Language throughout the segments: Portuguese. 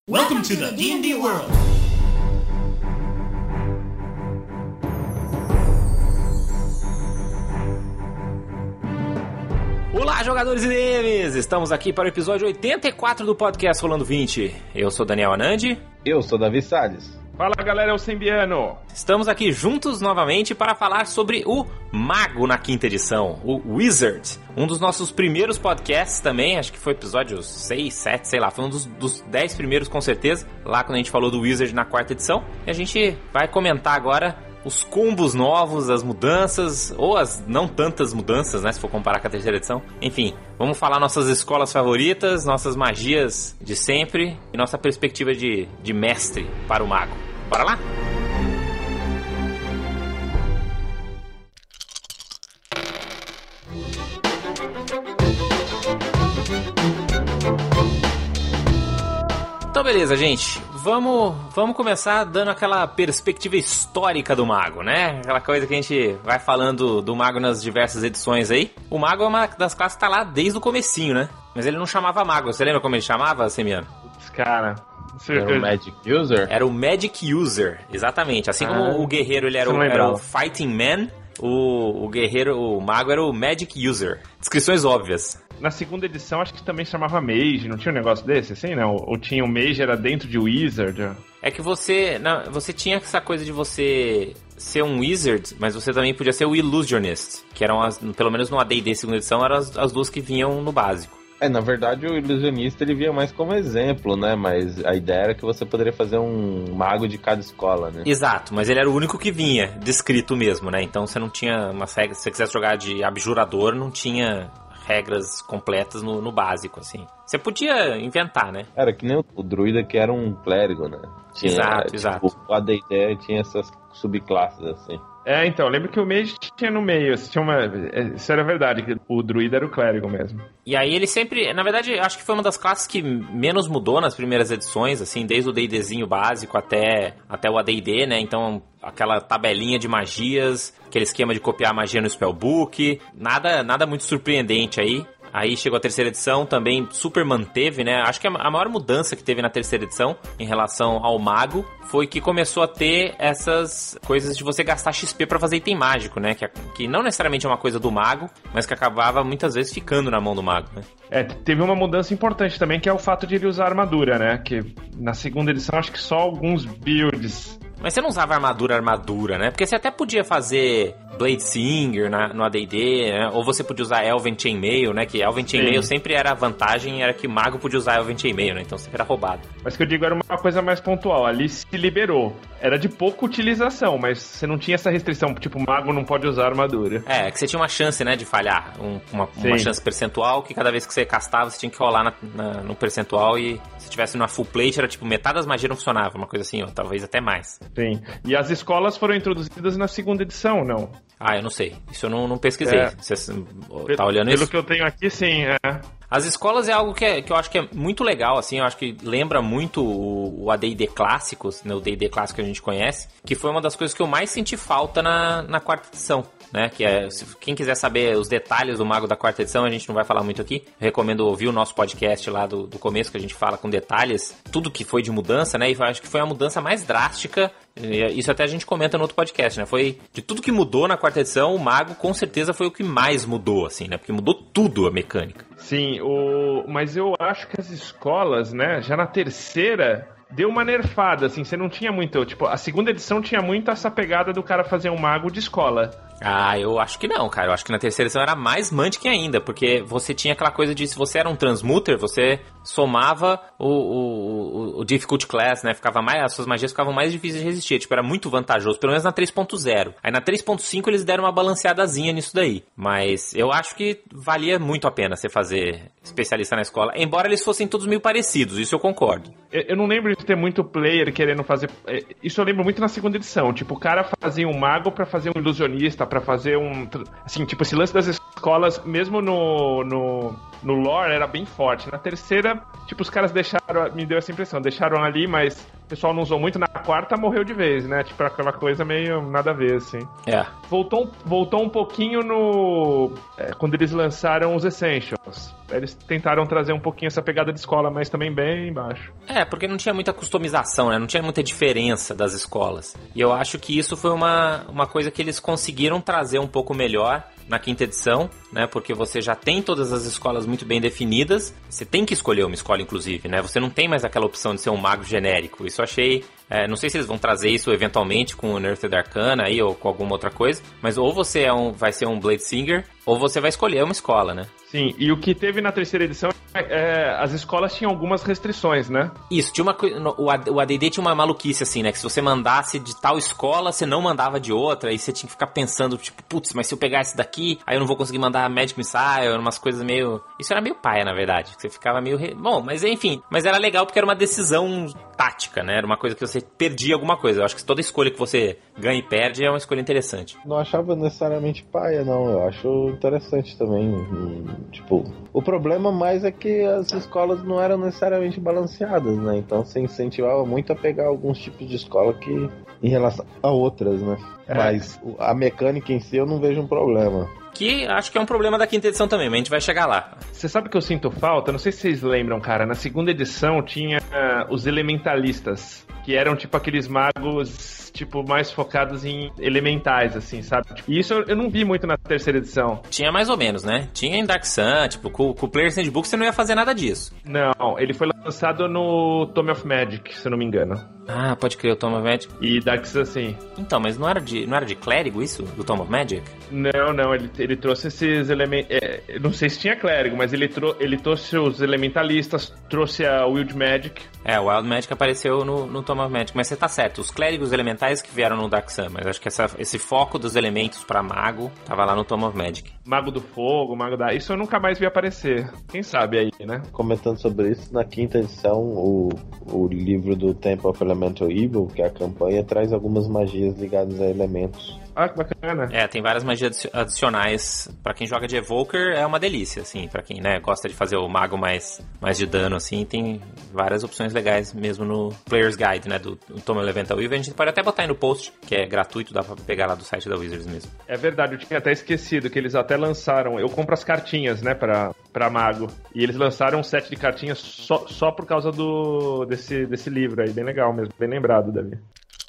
Welcome to the D&D world. Olá, jogadores e DMs! Estamos aqui para o episódio 84 do podcast Rolando 20. Eu sou Daniel Anandi. Eu sou Davi Salles. Fala, galera, eu sou Sembiano. Estamos aqui juntos novamente para falar sobre o Mago na quinta edição, o Wizard. Um dos nossos primeiros podcasts também, acho que foi episódio 6, 7, sei lá, foi um dos 10 primeiros com certeza, lá quando a gente falou do Wizard na quarta edição. E a gente vai comentar agora os combos novos, as mudanças, ou as não tantas mudanças, né, se for comparar com a terceira edição. Enfim, vamos falar nossas escolas favoritas, nossas magias de sempre e nossa perspectiva de mestre para o mago. Bora lá? Então beleza, gente, vamos começar dando aquela perspectiva histórica do mago, né? Aquela coisa que a gente vai falando do mago nas diversas edições aí. O mago é uma das classes que tá lá desde o comecinho, né? Mas ele não chamava mago, você lembra como ele chamava, Semiano? Cara, era o Magic User? Era o Magic User, exatamente. Assim como o guerreiro ele era o Fighting Man, o guerreiro, o mago era o Magic User. Descrições óbvias. Na segunda edição, acho que também chamava Mage, não tinha um negócio desse, assim, não? Ou tinha o Mage, era dentro de Wizard? É que você tinha essa coisa de você ser um Wizard, mas você também podia ser o Illusionist, que eram, pelo menos no AD&D segunda edição, eram as duas que vinham no básico. Na verdade o ilusionista ele via mais como exemplo, né? Mas a ideia era que você poderia fazer um mago de cada escola, né? Exato, mas ele era o único que vinha descrito mesmo, né? Então você não tinha umas regras, se você quisesse jogar de abjurador, não tinha regras completas no básico, assim. Você podia inventar, né? Era que nem o druida que era um clérigo, né? Exato. O AD&D tinha essas subclasses, assim. Então, eu lembro que o Mage tinha no meio, isso era verdade, que o druida era o clérigo mesmo. E aí ele sempre, na verdade, acho que foi uma das classes que menos mudou nas primeiras edições, assim, desde o D&Dzinho básico até o AD&D, né, então aquela tabelinha de magias, aquele esquema de copiar magia no spellbook, nada muito surpreendente aí. Aí chegou a terceira edição, também super manteve, né? Acho que a maior mudança que teve na terceira edição em relação ao mago foi que começou a ter essas coisas de você gastar XP pra fazer item mágico, né? Que não necessariamente é uma coisa do mago, mas que acabava muitas vezes ficando na mão do mago, né? Teve uma mudança importante também, que é o fato de ele usar armadura, né? Que na segunda edição acho que só alguns builds... Mas você não usava armadura, né? Porque você até podia fazer Blade Singer no AD&D, né? Ou você podia usar Elven Chainmail, né? Que Elven Chainmail sempre era a vantagem, era que mago podia usar Elven Chainmail, né? Então sempre era roubado. Mas que eu digo, era uma coisa mais pontual. Ali se liberou. Era de pouca utilização, mas você não tinha essa restrição. Tipo, mago não pode usar armadura. Que você tinha uma chance, né? De falhar. Uma chance percentual, que cada vez que você castava, você tinha que rolar no percentual. E se tivesse numa full plate, era tipo, metade das magias não funcionava. Uma coisa assim, ó, talvez até mais. Sim. E as escolas foram introduzidas na segunda edição, não? Eu não sei. Isso eu não pesquisei. Você tá olhando isso? Pelo que eu tenho aqui, sim, As escolas é algo que eu acho que é muito legal, assim, eu acho que lembra muito o AD&D clássico, né, o D&D clássico que a gente conhece, que foi uma das coisas que eu mais senti falta na quarta edição, né, que quem quiser saber os detalhes do Mago da quarta edição, a gente não vai falar muito aqui, eu recomendo ouvir o nosso podcast lá do começo, que a gente fala com detalhes, tudo que foi de mudança, né, e eu acho que foi a mudança mais drástica, isso até a gente comenta no outro podcast, né, foi de tudo que mudou na quarta edição, o Mago com certeza foi o que mais mudou, assim, né, porque mudou tudo a mecânica. Sim, mas eu acho que as escolas, né, já na terceira deu uma nerfada, assim, você não tinha muito, tipo, a segunda edição tinha muito essa pegada do cara fazer um mago de escola. Eu acho que não, cara. Eu acho que na terceira edição era mais Mantic ainda, porque você tinha aquela coisa de, se você era um Transmuter, você somava o Difficult Class, né? As suas magias ficavam mais difíceis de resistir. Tipo, era muito vantajoso, pelo menos na 3.0. Aí na 3.5 eles deram uma balanceadazinha nisso daí. Mas eu acho que valia muito a pena você fazer especialista na escola, embora eles fossem todos meio parecidos, isso eu concordo. Eu não lembro de ter muito player querendo fazer... Isso eu lembro muito na segunda edição. Tipo, o cara fazia um mago pra fazer um ilusionista, pra fazer um... Assim, tipo, esse lance das escolas, mesmo no lore, era bem forte. Na terceira, tipo, os caras deixaram... Me deu essa impressão. Deixaram ali, mas o pessoal não usou muito. Na quarta, morreu de vez, né? Tipo, aquela coisa meio nada a ver, assim. Voltou um pouquinho quando eles lançaram os Essentials. Eles tentaram trazer um pouquinho essa pegada de escola, mas também bem baixo. Porque não tinha muita customização, né? Não tinha muita diferença das escolas. E eu acho que isso foi uma coisa que eles conseguiram trazer um pouco melhor na quinta edição, né? Porque você já tem todas as escolas muito bem definidas. Você tem que escolher uma escola, inclusive, né? Você não tem mais aquela opção de ser um mago genérico. Isso eu achei... não sei se eles vão trazer isso eventualmente com o Unearthed Arcana aí, ou com alguma outra coisa. Mas ou você vai ser um Bladesinger, ou você vai escolher uma escola, né? Sim, e o que teve na terceira edição, as escolas tinham algumas restrições, né? Isso, tinha uma coisa... O AD&D tinha uma maluquice assim, né? Que se você mandasse de tal escola, você não mandava de outra. Aí você tinha que ficar pensando, tipo, putz, mas se eu pegar esse daqui, aí eu não vou conseguir mandar Magic Missile, umas coisas meio... Isso era meio paia, na verdade. Você ficava meio... Bom, mas enfim. Mas era legal porque era uma decisão tática, né? Era uma coisa que você perdia alguma coisa. Eu acho que toda escolha que você ganha e perde é uma escolha interessante. Não achava necessariamente paia, não. Eu acho interessante também. Tipo, o problema mais é que as escolas não eram necessariamente balanceadas, né? Então você incentivava muito a pegar alguns tipos de escola que em relação a outras, né? Mas a mecânica em si eu não vejo um problema. Que acho que é um problema da quinta edição também, mas a gente vai chegar lá. Você sabe que eu sinto falta? Não sei se vocês lembram, cara. Na segunda edição tinha os elementalistas, que eram tipo aqueles magos tipo mais focados em elementais, assim, sabe? E isso eu não vi muito na terceira edição. Tinha mais ou menos, né? Tinha em Dark Sun, tipo, com o Player's Handbook você não ia fazer nada disso. Não, ele foi lançado no Tome of Magic, se eu não me engano. Ah, pode crer, o Tome of Magic. E Dark Sun, sim. Então, mas não era de clérigo isso, do Tome of Magic? Não, ele trouxe esses elementos... não sei se tinha clérigo, mas ele trouxe os elementalistas, trouxe a Wild Magic. O Wild Magic apareceu no Tome of Magic, mas você tá certo, os clérigos elementais que vieram no Dark Sun, mas acho que esse foco dos elementos pra mago tava lá no Tome of Magic. Mago do fogo, mago da... Isso eu nunca mais vi aparecer. Quem sabe aí, né? Comentando sobre isso, na quinta edição, o livro do Temple of Elemental Evil, que é a campanha, traz algumas magias ligadas a elementos. Ah, que bacana. Tem várias magias adicionais. Pra quem joga de Evoker, é uma delícia, assim. Pra quem, né, gosta de fazer o mago mais de dano, assim, tem várias opções legais mesmo no Player's Guide, né, do Tome Elemental Evil. A gente pode até botar aí no post, que é gratuito, dá pra pegar lá do site da Wizards mesmo. É verdade, eu tinha até esquecido que eles até lançaram... Eu compro as cartinhas, né, pra mago. E eles lançaram um set de cartinhas só por causa desse livro aí. Bem legal mesmo, bem lembrado, Davi.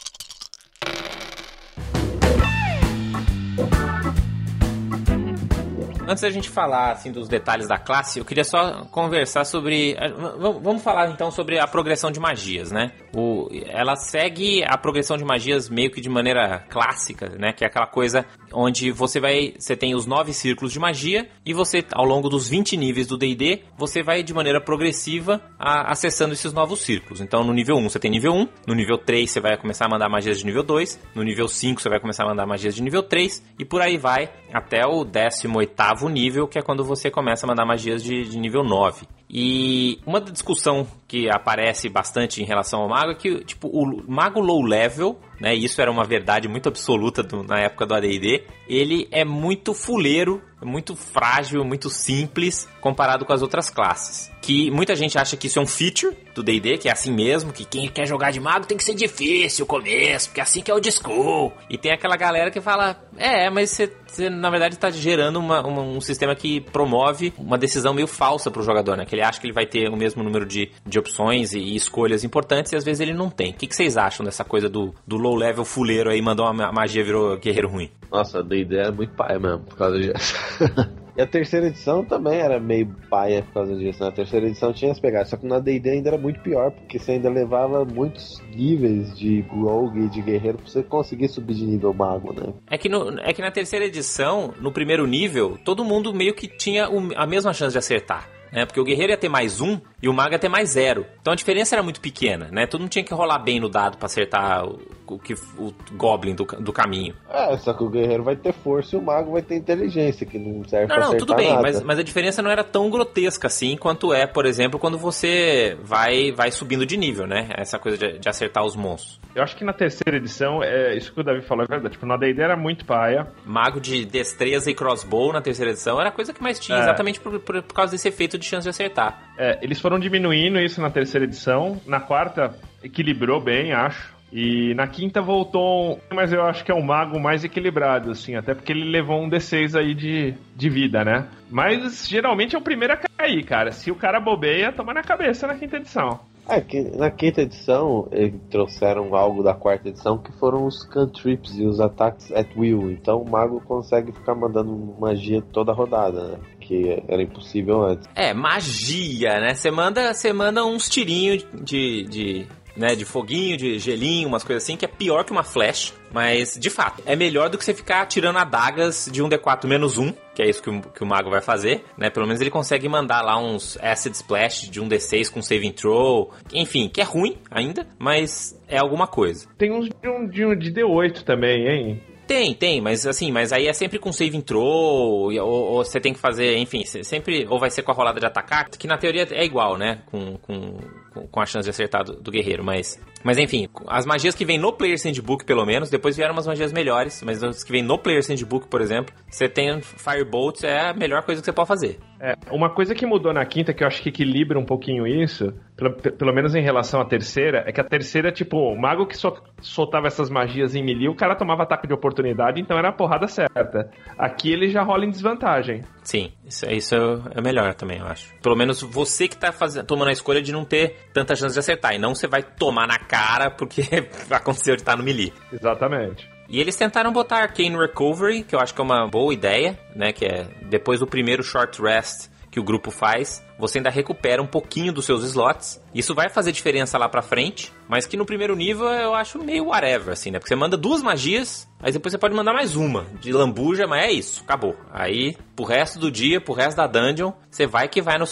Antes da gente falar assim, dos detalhes da classe, eu queria só conversar sobre... Vamos falar então sobre a progressão de magias, né? Ela segue a progressão de magias meio que de maneira clássica, né? Que é aquela coisa onde você tem os 9 círculos de magia e você, ao longo dos 20 níveis do D&D, você vai de maneira progressiva acessando esses novos círculos. Então no nível 1 você tem nível 1, no nível 3 você vai começar a mandar magias de nível 2, no nível 5 você vai começar a mandar magias de nível 3 e por aí vai até o 18º nível, que é quando você começa a mandar magias de nível 9. E uma discussão que aparece bastante em relação ao mago é que, tipo, o mago low level, né, isso era uma verdade muito absoluta na época do AD&D, ele é muito fuleiro, muito frágil, muito simples comparado com as outras classes. Que muita gente acha que isso é um feature do D&D, que é assim mesmo, que quem quer jogar de mago tem que ser difícil o começo, porque é assim que é o school. E tem aquela galera que fala, mas você na verdade está gerando um sistema que promove uma decisão meio falsa para o jogador, né? Que ele acha que ele vai ter o mesmo número de opções e escolhas importantes e às vezes ele não tem. O que vocês acham dessa coisa do low level fuleiro aí, mandou uma magia e virou guerreiro ruim? Nossa, a D&D é muito paia mesmo, por causa disso. E a terceira edição também era meio paia por causa disso, né? A terceira edição tinha as pegadas, só que na D&D ainda era muito pior, porque você ainda levava muitos níveis de rogue e de guerreiro pra você conseguir subir de nível mago, né? É que na terceira edição, no primeiro nível, todo mundo meio que tinha a mesma chance de acertar. Porque o guerreiro ia ter mais 1 e o mago ia ter mais 0. Então a diferença era muito pequena, né? Todo mundo tinha que rolar bem no dado pra acertar o Goblin do caminho. Só que o guerreiro vai ter força e o mago vai ter inteligência, que não serve pra acertar tudo bem, nada. Mas a diferença não era tão grotesca assim quanto é, por exemplo, quando você vai subindo de nível, né? Essa coisa de acertar os monstros. Eu acho que na terceira edição, isso que o Davi falou é verdade. Tipo, na D&D era muito paia. Mago de destreza e crossbow na terceira edição era a coisa que mais tinha, exatamente por causa desse efeito de chance de acertar. Eles foram diminuindo isso na terceira edição. Na quarta, equilibrou bem, acho. E na quinta voltou, mas eu acho que é um mago mais equilibrado, assim, até porque ele levou um D6 aí de vida, né? Mas geralmente é o primeiro a cair, cara. Se o cara bobeia, toma na cabeça na quinta edição. Que na quinta edição eles trouxeram algo da quarta edição que foram os cantrips e os ataques at will. Então o mago consegue ficar mandando magia toda a rodada, né? Que era impossível antes. Magia, né? Você manda uns tirinhos de foguinho, de gelinho, umas coisas assim, que é pior que uma flash. Mas, de fato, é melhor do que você ficar tirando adagas de um D4-1, que é isso que o mago vai fazer, né? Pelo menos ele consegue mandar lá uns Acid Splash de um D6 com Saving Throw. Enfim, que é ruim ainda, mas é alguma coisa. Tem uns de D8 também, hein? Tem, mas aí é sempre com saving throw, ou você tem que fazer, enfim, sempre, ou vai ser com a rolada de atacar, que na teoria é igual, né, com a chance de acertar do guerreiro, mas enfim, as magias que vem no Player's Handbook, pelo menos, depois vieram umas magias melhores, mas as que vem no Player's Handbook, por exemplo, você tem Firebolt, é a melhor coisa que você pode fazer. Uma coisa que mudou na quinta, que eu acho que equilibra um pouquinho isso, pelo menos em relação à terceira, é que a terceira, tipo, o mago que soltava essas magias em melee, o cara tomava ataque de oportunidade, então era a porrada certa. Aqui ele já rola em desvantagem. Sim, isso é melhor também, eu acho. Pelo menos você que tá tomando a escolha de não ter tanta chance de acertar, e não você vai tomar na cara porque aconteceu de estar no melee. Exatamente. E eles tentaram botar Arcane Recovery, que eu acho que é uma boa ideia, né? Que é depois do primeiro short rest que o grupo faz, você ainda recupera um pouquinho dos seus slots. Isso vai fazer diferença lá pra frente, mas que no primeiro nível eu acho meio whatever, assim, né? Porque você manda 2 magias, aí depois você pode mandar mais uma de lambuja, mas é isso, acabou. Aí, pro resto do dia, pro resto da dungeon, você vai que vai nas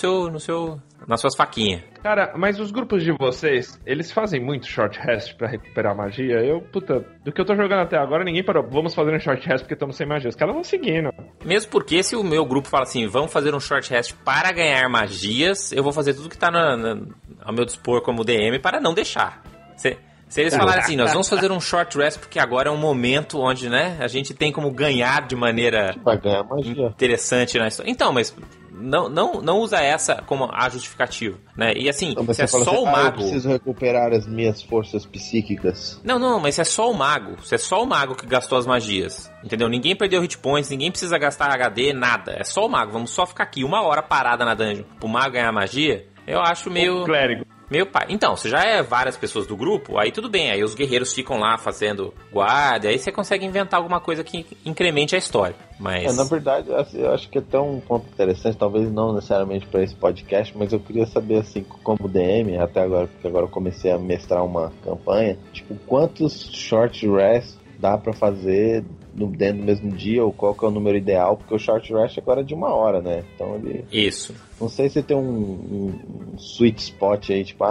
suas faquinhas. Cara, mas os grupos de vocês, eles fazem muito short rest pra recuperar magia? Do que eu tô jogando até agora, ninguém parou. Vamos fazer um short rest porque estamos sem magia. Os caras vão seguindo. Mesmo porque se o meu grupo fala assim, vamos fazer um short rest para ganhar magias, eu vou fazer tudo que tá ao meu dispor como DM para não deixar. Se eles falarem assim, nós vamos fazer um short rest porque agora é um momento onde, né, a gente tem como ganhar de maneira interessante na história. Então, mas não usa essa como a justificativa, né? E assim, se é só o mago... eu preciso recuperar as minhas forças psíquicas. Não, mas se é só o mago, se é só o mago que gastou as magias, entendeu? Ninguém perdeu hit points, ninguém precisa gastar HD, nada. É só o mago, vamos só ficar aqui 1 hora parada na dungeon pro mago ganhar magia, eu acho meio... clérigo. Meu pai. Então, se já é várias pessoas do grupo, aí tudo bem. Aí os guerreiros ficam lá fazendo guarda, aí você consegue inventar alguma coisa que incremente a história. Mas... na verdade, eu acho que é até um ponto interessante, talvez não necessariamente para esse podcast, mas eu queria saber, assim, como DM, até agora, porque agora eu comecei a mestrar uma campanha, tipo, quantos short rests dá pra fazer dentro do mesmo dia, ou qual que é o número ideal, porque o short rest agora é de 1 hora, né? Então ele... Isso. Não sei se tem um sweet spot aí, tipo,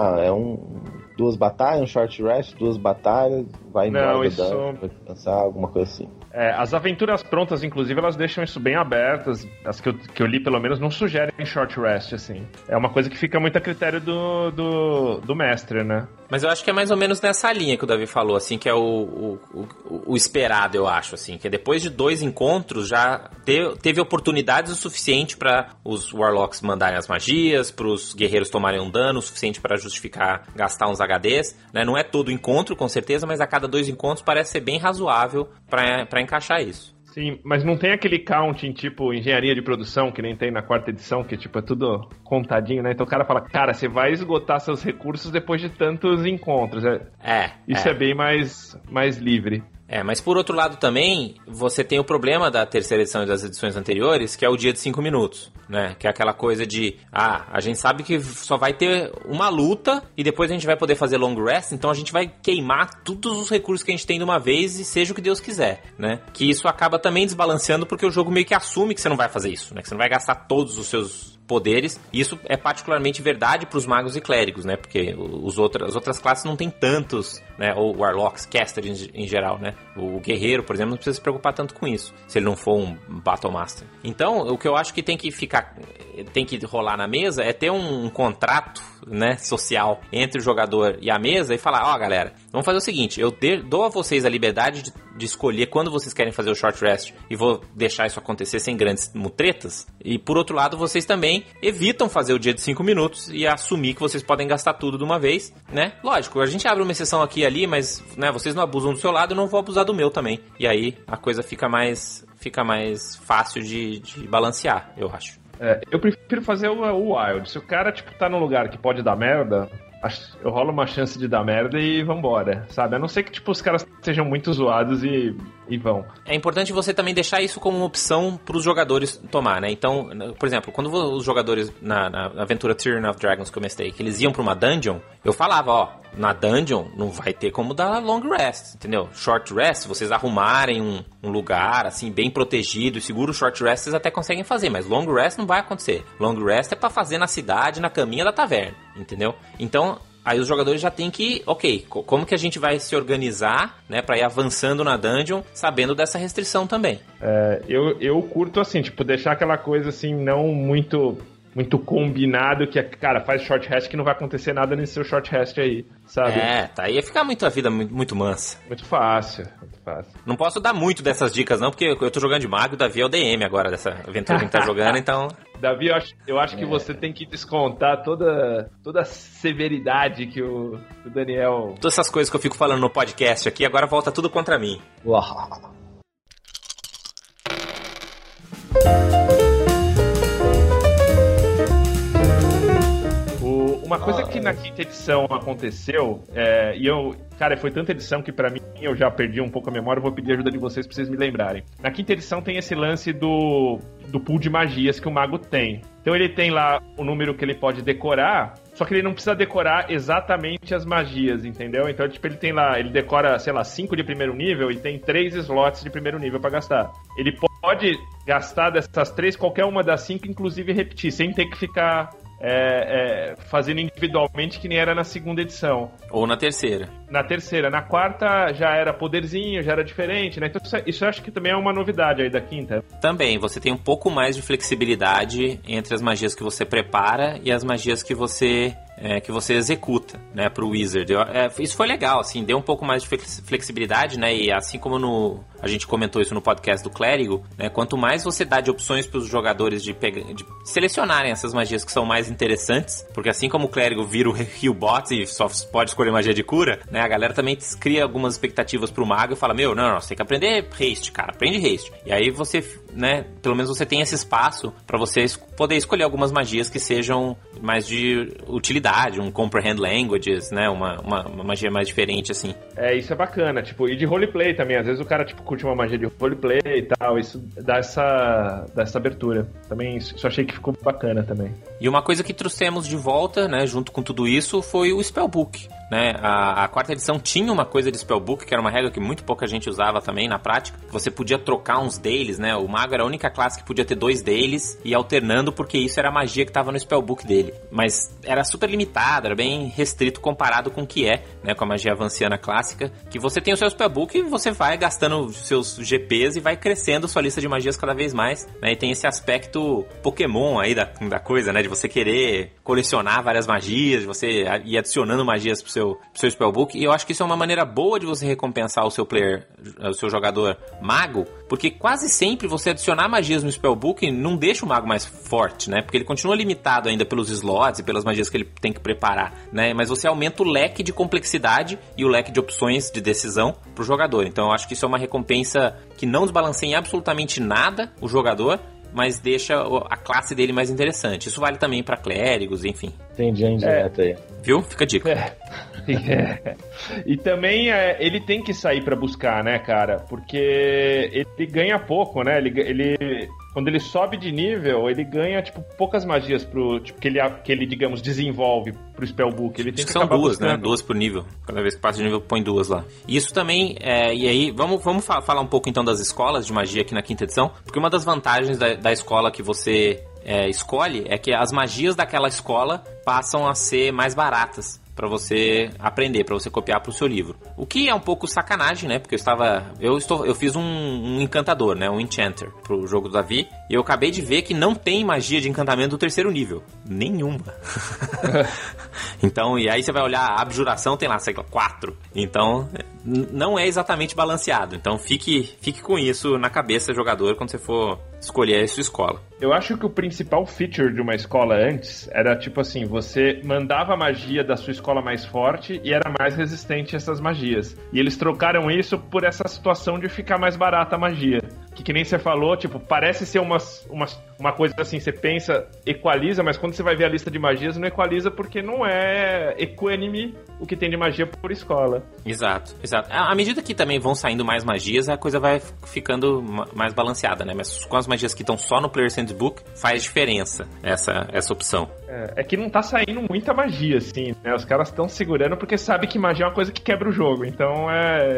2 batalhas, um short rest, 2 batalhas, vai embora, vai descansar, alguma coisa assim. As aventuras prontas, inclusive, elas deixam isso bem abertas. As que eu li, pelo menos, não sugerem short rest, assim. É uma coisa que fica muito a critério do mestre, né? Mas eu acho que é mais ou menos nessa linha que o Davi falou, assim, que é o esperado, eu acho, assim. Que depois de 2 encontros, já teve oportunidades o suficiente para os Warlocks mandarem as magias, para os guerreiros tomarem um dano o suficiente para justificar gastar uns HDs, né? Não é todo encontro, com certeza, mas a cada 2 encontros parece ser bem razoável para encaixar isso. Sim, mas não tem aquele counting tipo engenharia de produção que nem tem na 4ª edição, que tipo é tudo contadinho, né? Então o cara fala, cara, você vai esgotar seus recursos depois de tantos encontros. Isso é bem mais livre. Mas por outro lado também, você tem o problema da 3ª edição e das edições anteriores, que é o dia de 5 minutos, né? Que é aquela coisa de, a gente sabe que só vai ter uma luta e depois a gente vai poder fazer long rest, então a gente vai queimar todos os recursos que a gente tem de uma vez e seja o que Deus quiser, né? Que isso acaba também desbalanceando porque o jogo meio que assume que você não vai fazer isso, né? Que você não vai gastar todos os seus poderes. Isso é particularmente verdade para os magos e clérigos, né? Porque as outras classes não tem tantos, né? Ou warlocks, casters em geral, né? O guerreiro, por exemplo, não precisa se preocupar tanto com isso, se ele não for um Battle Master. Então, o que eu acho que tem que ficar tem que rolar na mesa é ter um contrato, né, social entre o jogador e a mesa e falar, ó, galera, vamos fazer o seguinte, eu dou a vocês a liberdade de escolher quando vocês querem fazer o short rest e vou deixar isso acontecer sem grandes mutretas, e por outro lado vocês também evitam fazer o dia de 5 minutos e assumir que vocês podem gastar tudo de uma vez, né? Lógico, a gente abre uma exceção aqui e ali, mas, né, vocês não abusam do seu lado, eu não vou abusar do meu também. E aí a coisa fica mais fácil de balancear, eu acho. Eu prefiro fazer o wild. Se o cara, tipo, tá num lugar que pode dar merda, eu rolo uma chance de dar merda e vambora, sabe? A não ser que, tipo, os caras sejam muito zoados e vão. É importante você também deixar isso como uma opção pros jogadores tomar, né? Então, por exemplo, quando os jogadores na aventura Tyranny of Dragons que eu mestrei, que eles iam pra uma dungeon, eu falava, ó, na dungeon não vai ter como dar long rest, entendeu? Short rest, se vocês arrumarem um lugar, assim, bem protegido e seguro, short rest vocês até conseguem fazer, mas long rest não vai acontecer. Long rest é pra fazer na cidade, na caminha da taverna, entendeu? Então, aí os jogadores já tem que, ok, como que a gente vai se organizar, né, pra ir avançando na dungeon, sabendo dessa restrição também. Eu curto, assim, tipo, deixar aquela coisa, assim, não muito combinado, que, cara, faz short rest que não vai acontecer nada nesse seu short rest aí, sabe? Tá, ia ficar a vida muito mansa. Muito fácil. Não posso dar muito dessas dicas não, porque eu tô jogando de mago, o Davi é o DM agora dessa aventura que a gente tá jogando, então... Davi, eu acho que você tem que descontar toda a severidade que o Daniel... Todas essas coisas que eu fico falando no podcast aqui, agora volta tudo contra mim. Uau. Uma coisa que na quinta edição aconteceu, cara, foi tanta edição que pra mim eu já perdi um pouco a memória, eu vou pedir ajuda de vocês pra vocês me lembrarem. Na quinta edição tem esse lance do pool de magias que o mago tem. Então ele tem lá o número que ele pode decorar, só que ele não precisa decorar exatamente as magias, entendeu? Então, tipo, ele tem lá, ele decora, sei lá, 5 de primeiro nível e tem 3 slots de primeiro nível pra gastar. Ele pode gastar dessas 3, qualquer uma das 5, inclusive repetir, sem ter que ficar... fazendo individualmente, que nem era na segunda edição. Ou na terceira. Na terceira. Na quarta já era poderzinho, já era diferente, né? Então isso eu acho que também é uma novidade aí da quinta. Também, você tem um pouco mais de flexibilidade entre as magias que você prepara e as magias que você executa, né, pro Wizard. Isso foi legal, assim, deu um pouco mais de flexibilidade, né, e assim como a gente comentou isso no podcast do Clérigo, né, quanto mais você dá de opções pros jogadores de selecionarem essas magias que são mais interessantes, porque assim como o Clérigo vira o Heal Bot e só pode escolher magia de cura, né, a galera também cria algumas expectativas pro mago e fala, não, você tem que aprender haste, cara, aprende haste. E aí você, né, pelo menos você tem esse espaço pra você poder escolher algumas magias que sejam mais de utilidade, um Comprehend Languages, né, uma magia mais diferente, assim. Isso é bacana, tipo, e de roleplay também, às vezes o cara, tipo, curte uma magia de roleplay e tal, isso dá essa abertura. Também, isso achei que ficou bacana também. E uma coisa que trouxemos de volta, né, junto com tudo isso, foi o Spellbook, né, a quarta edição tinha uma coisa de Spellbook, que era uma regra que muito pouca gente usava também na prática, você podia trocar uns deles, né, o mago era a única classe que podia ter 2 deles e ir alternando, porque isso era a magia que estava no Spellbook dele, mas era super limitado, era bem restrito comparado com o que né, com a magia avanciana clássica, que você tem o seu Spellbook e você vai gastando seus GPs e vai crescendo sua lista de magias cada vez mais, né, e tem esse aspecto Pokémon aí da coisa, né, de você querer colecionar várias magias, de você ir adicionando magias pro seu Spellbook, e eu acho que isso é uma maneira boa de você recompensar o seu player, o seu jogador mago, porque quase sempre você adicionar magias no Spellbook não deixa o mago mais forte, né, porque ele continua limitado ainda pelos slots e pelas magias que ele tem que preparar, né, mas você aumenta o leque de complexidade e o leque de opções de decisão pro jogador, então eu acho que isso é uma recompensa que não desbalanceia em absolutamente nada o jogador, mas deixa a classe dele mais interessante. Isso vale também para clérigos, enfim. Entendi a indireta aí. Viu? Fica a dica. E também ele tem que sair para buscar, né, cara? Porque ele ganha pouco, né? Ele quando ele sobe de nível, ele ganha, tipo, poucas magias que ele, digamos, desenvolve pro Spellbook. Ele tem que são 2, né? 2 por nível. Cada vez que passa de nível, põe 2 lá. E isso também, e aí, vamos falar um pouco então das escolas de magia aqui na quinta edição, porque uma das vantagens da escola que você escolhe é que as magias daquela escola passam a ser mais baratas para você aprender, para você copiar pro seu livro. O que é um pouco sacanagem, né? Porque eu fiz um encantador, né? Um enchanter pro jogo do Davi. e eu acabei de ver que não tem magia de encantamento do 3º nível. Nenhuma. Então, e aí você vai olhar, a abjuração tem lá, sei lá, 4. Então, não é exatamente balanceado. Então, fique com isso na cabeça, jogador, quando você for escolher a sua escola. Eu acho que o principal feature de uma escola antes era tipo assim, você mandava a magia da sua escola mais forte e era mais resistente a essas magias. E eles trocaram isso por essa situação de ficar mais barata a magia. Que nem você falou, tipo, parece ser uma coisa assim, você pensa, equaliza, mas quando você vai ver a lista de magias, não equaliza porque não é equânime o que tem de magia por escola. Exato. À medida que também vão saindo mais magias, a coisa vai ficando mais balanceada, né? Mas com as magias que estão só no Player's Handbook, faz diferença essa opção. É que não tá saindo muita magia, assim, né? Os caras estão segurando porque sabe que magia é uma coisa que quebra o jogo, então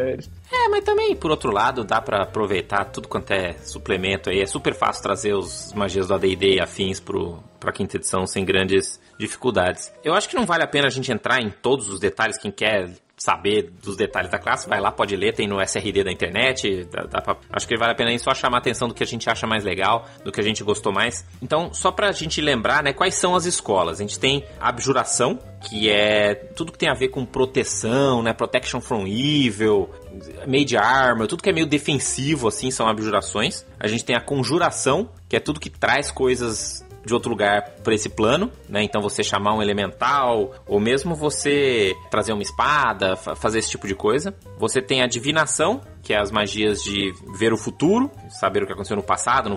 mas também, por outro lado, dá pra aproveitar tudo quanto é suplemento aí. É super fácil trazer os magias do AD&D e afins pra 5ª edição sem grandes dificuldades. Eu acho que não vale a pena a gente entrar em todos os detalhes. Quem quer saber dos detalhes da classe, vai lá, pode ler, tem no SRD da internet, acho que vale a pena aí só chamar a atenção do que a gente acha mais legal, do que a gente gostou mais. Então, só pra gente lembrar, né, quais são as escolas. A gente tem a Abjuração, que é tudo que tem a ver com proteção, né, Protection from Evil, Mage Armor, tudo que é meio defensivo, assim, são abjurações. A gente tem a Conjuração, que é tudo que traz coisas de outro lugar para esse plano, né? Então você chamar um elemental, ou mesmo você trazer uma espada, fazer esse tipo de coisa. Você tem a Divinação, que é as magias de ver o futuro, saber o que aconteceu no passado,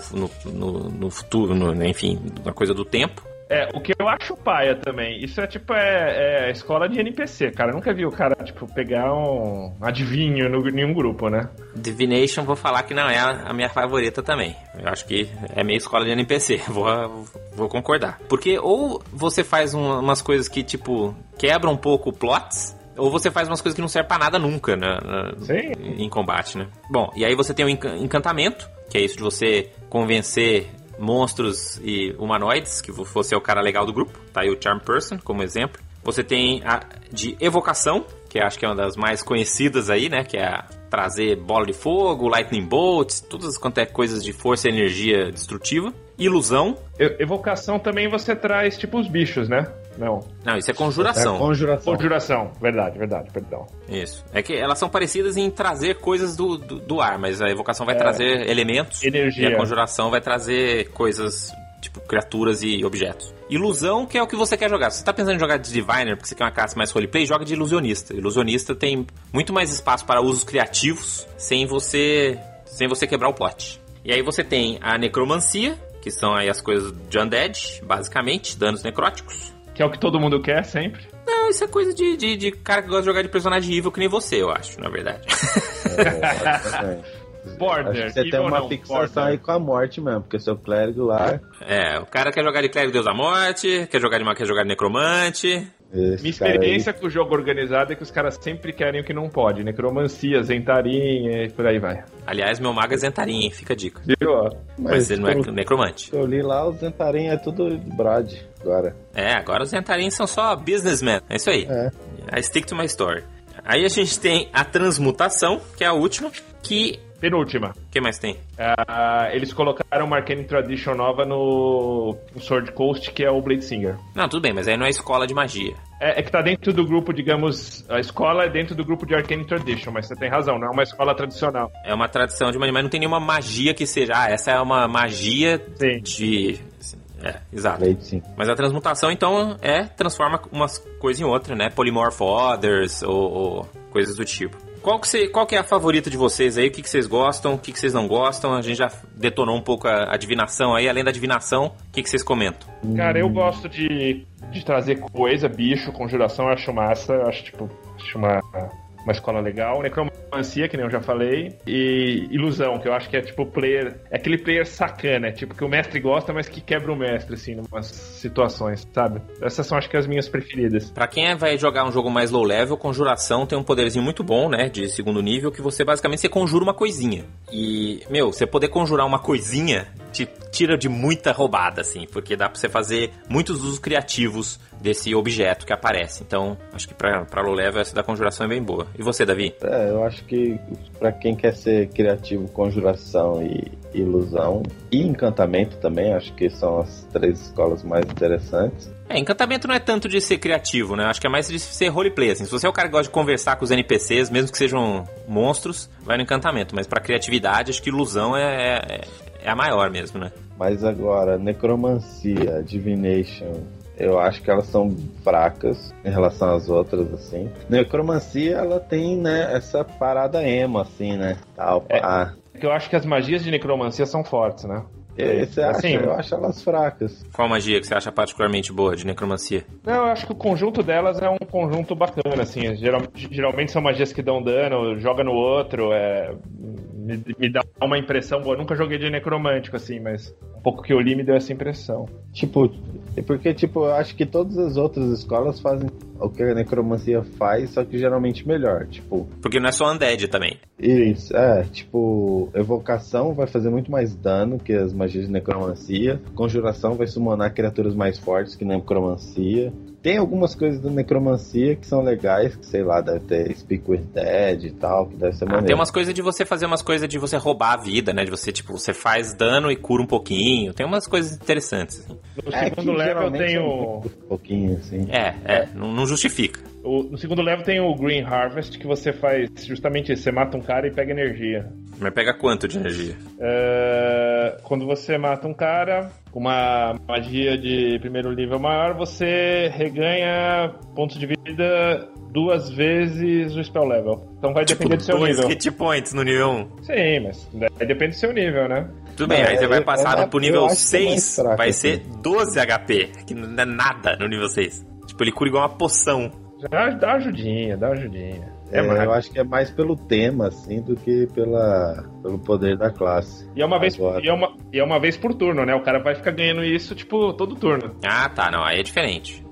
no futuro, enfim, uma coisa do tempo. O que eu acho paia também, isso é tipo, é escola de NPC, cara. Eu nunca vi o cara, tipo, pegar um adivinho em nenhum grupo, né? Divination, vou falar que não é a minha favorita também. Eu acho que é meio escola de NPC, vou concordar. Porque ou você faz umas coisas que, tipo, quebram um pouco plots, ou você faz umas coisas que não servem pra nada nunca, né? Em combate, né? Bom, e aí você tem o encantamento, que é isso de você convencer monstros e humanoides, que você é o cara legal do grupo, tá aí o Charm Person como exemplo. Você tem a de evocação, que acho que é uma das mais conhecidas aí, né, que é trazer bola de fogo, lightning bolts, todas quanto é coisas de força e energia destrutiva. Ilusão. Evocação também você traz tipo os bichos, né? Não, isso é conjuração. Conjuração, verdade, perdão. Isso. É que elas são parecidas em trazer coisas do ar, mas a evocação vai trazer elementos. Energia. E a conjuração vai trazer coisas, tipo criaturas e objetos. Ilusão, que é o que você quer jogar. Se você tá pensando em jogar de Diviner, porque você quer uma classe mais roleplay, joga de Ilusionista. Ilusionista tem muito mais espaço para usos criativos, sem você quebrar o plot. E aí você tem a Necromancia, que são aí as coisas de Undead, basicamente, danos necróticos. Que é o que todo mundo quer, sempre. Não, isso é coisa de cara que gosta de jogar de personagem evil que nem você, eu acho, na verdade. Border. Acho que você tem uma fixação aí com a morte mesmo, porque seu clérigo lá... O cara quer jogar de clérigo Deus da Morte, quer jogar de necromante... Minha experiência com o jogo organizado é que os caras sempre querem o que não pode. Necromancia, Zentarim e por aí vai. Aliás, meu mago é Zentarim, hein? Fica a dica. Viu? Mas ele não é necromante. Eu li lá, o Zentarim é tudo Brad agora. Agora os Zentarim são só businessmen. É isso aí. I stick to my story. Aí a gente tem a Transmutação, que é a última, que... Penúltima. O que mais tem? Eles colocaram uma Arcane Tradition nova no Sword Coast, que é o Blade Singer. Não, tudo bem, mas aí não é escola de magia. É que tá dentro do grupo, digamos... A escola é dentro do grupo de Arcane Tradition, mas você tem razão, não é uma escola tradicional. É uma tradição de magia, mas não tem nenhuma magia que seja... essa é uma magia de... exato. Mas a transmutação, então, transforma umas coisas em outra, né? Polymorph Others ou coisas do tipo. Qual que é a favorita de vocês aí? O que vocês gostam? O que vocês não gostam? A gente já detonou um pouco a divinação aí. Além da divinação, o que vocês comentam? Cara, eu gosto de trazer coisa, bicho, conjuração, eu acho massa. Eu acho, uma escola legal. Necromancia, que nem eu já falei. E ilusão, que eu acho que é tipo player... É aquele player sacana, tipo que o mestre gosta, mas que quebra o mestre, assim, em umas situações, sabe? Essas são, acho que, as minhas preferidas. Pra quem vai jogar um jogo mais low level, Conjuração tem um poderzinho muito bom, né? De segundo nível, que você basicamente conjura uma coisinha. E, você poder conjurar uma coisinha te tira de muita roubada, assim, porque dá pra você fazer muitos usos criativos desse objeto que aparece. Então, acho que pra low level essa da conjuração é bem boa. E você, Davi? Eu acho que pra quem quer ser criativo, conjuração e ilusão e encantamento também, acho que são as 3 escolas mais interessantes. Encantamento não é tanto de ser criativo, né? Acho que é mais de ser roleplay, assim. Se você é o cara que gosta de conversar com os NPCs, mesmo que sejam monstros, vai no encantamento. Mas pra criatividade, acho que ilusão é a maior mesmo, né? Mas agora, necromancia, divination, eu acho que elas são fracas em relação às outras, assim. Necromancia, ela tem, né, essa parada emo, assim, né? Tal, Que eu acho que as magias de necromancia são fortes, né? Você acha? Assim, eu acho elas fracas. Qual magia que você acha particularmente boa de necromancia? Não, eu acho que o conjunto delas é um conjunto bacana, assim. Geralmente são magias que dão dano, joga no outro, me dá uma impressão boa. Eu nunca joguei de necromântico, assim, mas um pouco que eu li me deu essa impressão. Porque, eu acho que todas as outras escolas fazem o que a necromancia faz, só que geralmente melhor, Porque não é só undead também. Isso, evocação vai fazer muito mais dano que as magias de necromancia, conjuração vai summonar criaturas mais fortes que necromancia. Tem algumas coisas da necromancia que são legais, que sei lá, deve ter Speak with Dead e tal, que deve ser maneiro. Tem umas coisas de você fazer umas coisas de você roubar a vida, né? De você, você faz dano e cura um pouquinho. Tem umas coisas interessantes, assim. No segundo level eu tenho... Um pouquinho, assim. Não justifica. No segundo level tem o Green Harvest, que você faz justamente isso. Você mata um cara e pega energia. Mas pega quanto de energia? Quando você mata um cara com uma magia de primeiro nível maior, você reganha pontos de vida 2 vezes o spell level. Então vai depender do seu nível. 2 hit points no nível 1. Sim, mas depende do seu nível, né? Tudo bem, aí você vai passar pro nível 6, fraco, vai assim. ser 12 HP, que não é nada no nível 6. Ele cura igual uma poção. Dá ajudinha. Eu acho que é mais pelo tema, assim, do que pelo poder da classe. E é uma vez por turno, né? O cara vai ficar ganhando isso, todo turno. Ah, tá, não, aí é diferente.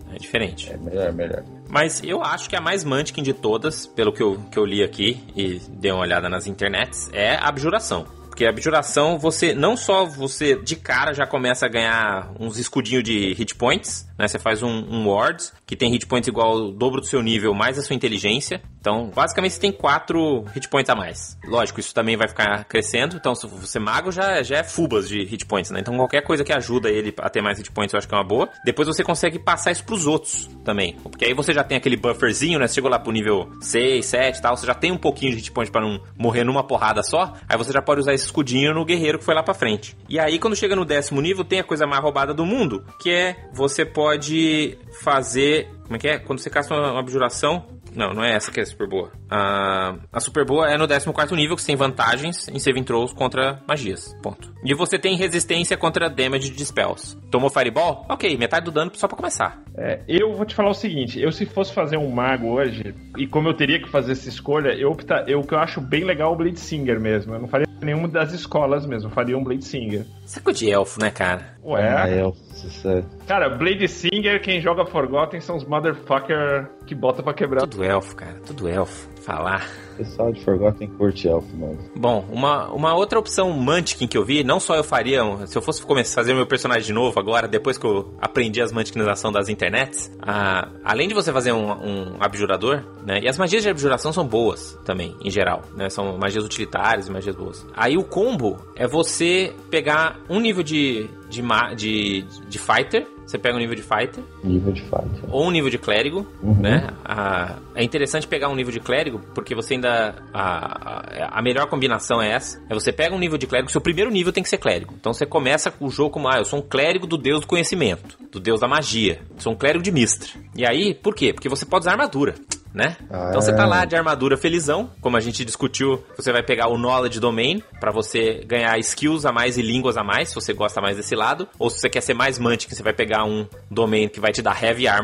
É melhor. Mas eu acho que a mais Munchkin de todas, pelo que eu li aqui e dei uma olhada nas internets, é a Abjuração. Porque a Abjuração, você de cara já começa a ganhar uns escudinhos de hit points, né? Você faz um ward, que tem hit points igual ao dobro do seu nível, mais a sua inteligência. Então, basicamente, você tem 4 hit points a mais. Lógico, isso também vai ficar crescendo. Então, se você mago, já é fubas de hit points, né? Então, qualquer coisa que ajuda ele a ter mais hit points, eu acho que é uma boa. Depois, você consegue passar isso pros outros também. Porque aí você já tem aquele bufferzinho, né? Você chegou lá pro nível 6, 7 e tal, você já tem um pouquinho de hit points pra não morrer numa porrada só. Aí você já pode usar esse escudinho no guerreiro que foi lá pra frente. E aí, quando chega no 10º nível, tem a coisa mais roubada do mundo, que é você pode fazer... Como é que é? Quando você caça uma abjuração... Não é essa que é a super boa. A super boa é no 14º nível, que você tem vantagens em saving throws contra magias. Ponto. E você tem resistência contra damage de spells. Tomou Fireball? Ok, metade do dano só pra começar. Eu vou te falar o seguinte, se fosse fazer um mago hoje, e como eu teria que fazer essa escolha, o que eu acho bem legal é o Blade Singer mesmo. Eu não faria nenhuma das escolas mesmo, eu faria um Blade Singer. Isso é coisa de elfo, né, cara? Cara, Blade Singer, quem joga Forgotten são os motherfucker que bota pra quebrar. Tudo elfo, cara, tudo elfo. Falar. O pessoal de Forgotten curte elfo, mano. Bom, uma outra opção Munchkin que eu vi, não só eu faria, se eu fosse começar a fazer meu personagem de novo agora, depois que eu aprendi as Munchkinização das internets, além de você fazer um abjurador, né, e as magias de abjuração são boas também, em geral, né, são magias utilitárias e magias boas. Aí o combo é você pegar um nível de fighter, você pega um nível de fighter. Ou um nível de clérigo, né? É interessante pegar um nível de clérigo, porque você ainda... A melhor combinação é essa. É você pega um nível de clérigo, seu primeiro nível tem que ser clérigo. Então você começa o jogo como, eu sou um clérigo do deus do conhecimento, do deus da magia. Sou um clérigo de Mistra. E aí, por quê? Porque você pode usar armadura, né? Então você tá lá de armadura felizão, como a gente discutiu, você vai pegar o Knowledge Domain pra você ganhar skills a mais e línguas a mais, se você gosta mais desse lado, ou se você quer ser mais Munchkin, você vai pegar um Domain que vai te dar Heavy Armor,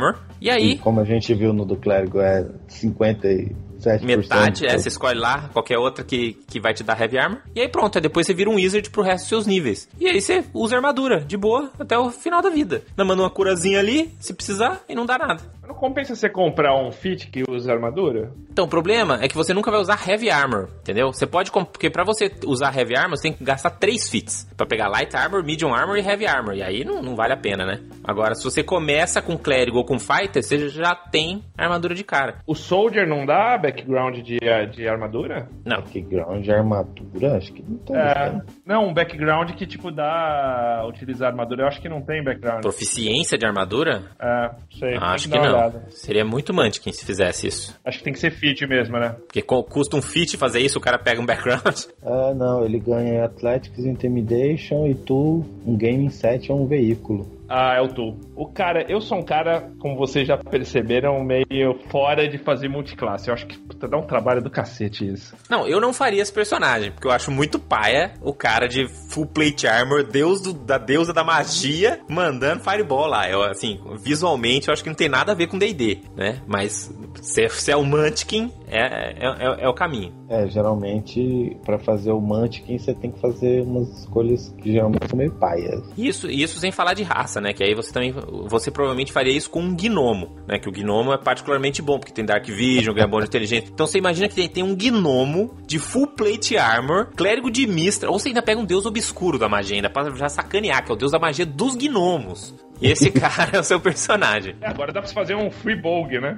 E aí... E como a gente viu no do clérigo, é 57%. Metade, você escolhe lá qualquer outra que vai te dar Heavy Armor. E aí pronto, aí depois você vira um Wizard pro resto dos seus níveis. E aí você usa armadura, de boa, até o final da vida. Não manda uma curazinha ali, se precisar, e não dá nada. Não compensa você comprar um Fit que usa armadura? Então, o problema é que você nunca vai usar Heavy Armor, entendeu? Você pode... Porque pra você usar Heavy Armor, você tem que gastar 3 Fits. Pra pegar Light Armor, Medium Armor e Heavy Armor. E aí não vale a pena, né? Agora, se você começa com Clérigo ou com Fighter, você já tem armadura de cara. O Soldier não dá background de armadura? Não. Background de armadura? Acho que não tem. Não, um background que, tipo, dá... Utilizar armadura, eu acho que não tem background. Proficiência de armadura? Sei. Acho que não. Seria muito Munchkin se fizesse isso. Acho que tem que ser Fit mesmo, né? Porque custa um Fit fazer isso, o cara pega um background. Não, ele ganha Athletics, Intimidation e Tool, um Gaming Set ou um veículo. É o Tool. Eu sou um cara, como vocês já perceberam, meio fora de fazer multiclasse. Eu acho que dá um trabalho do cacete isso. Não, eu não faria esse personagem, porque eu acho muito paia o cara de Full Plate Armor, da deusa da magia, mandando Fireball lá. Visualmente, eu acho que não tem nada a ver com D&D, né? Mas se é o Munchkin, é o caminho. Geralmente, pra fazer o Munchkin, você tem que fazer umas escolhas que geralmente são meio paias. Isso sem falar de raça, né? Que aí você provavelmente faria isso com um gnomo, né? Que o gnomo é particularmente bom, porque tem Dark Vision, ganha bônus de inteligência. Então você imagina que tem um gnomo de Full Plate Armor, clérigo de Mistra, ou você ainda pega um deus obscuro da magia, ainda pra já sacanear, que é o deus da magia dos gnomos. E esse cara é o seu personagem. Agora dá pra você fazer um Free Bolg, né?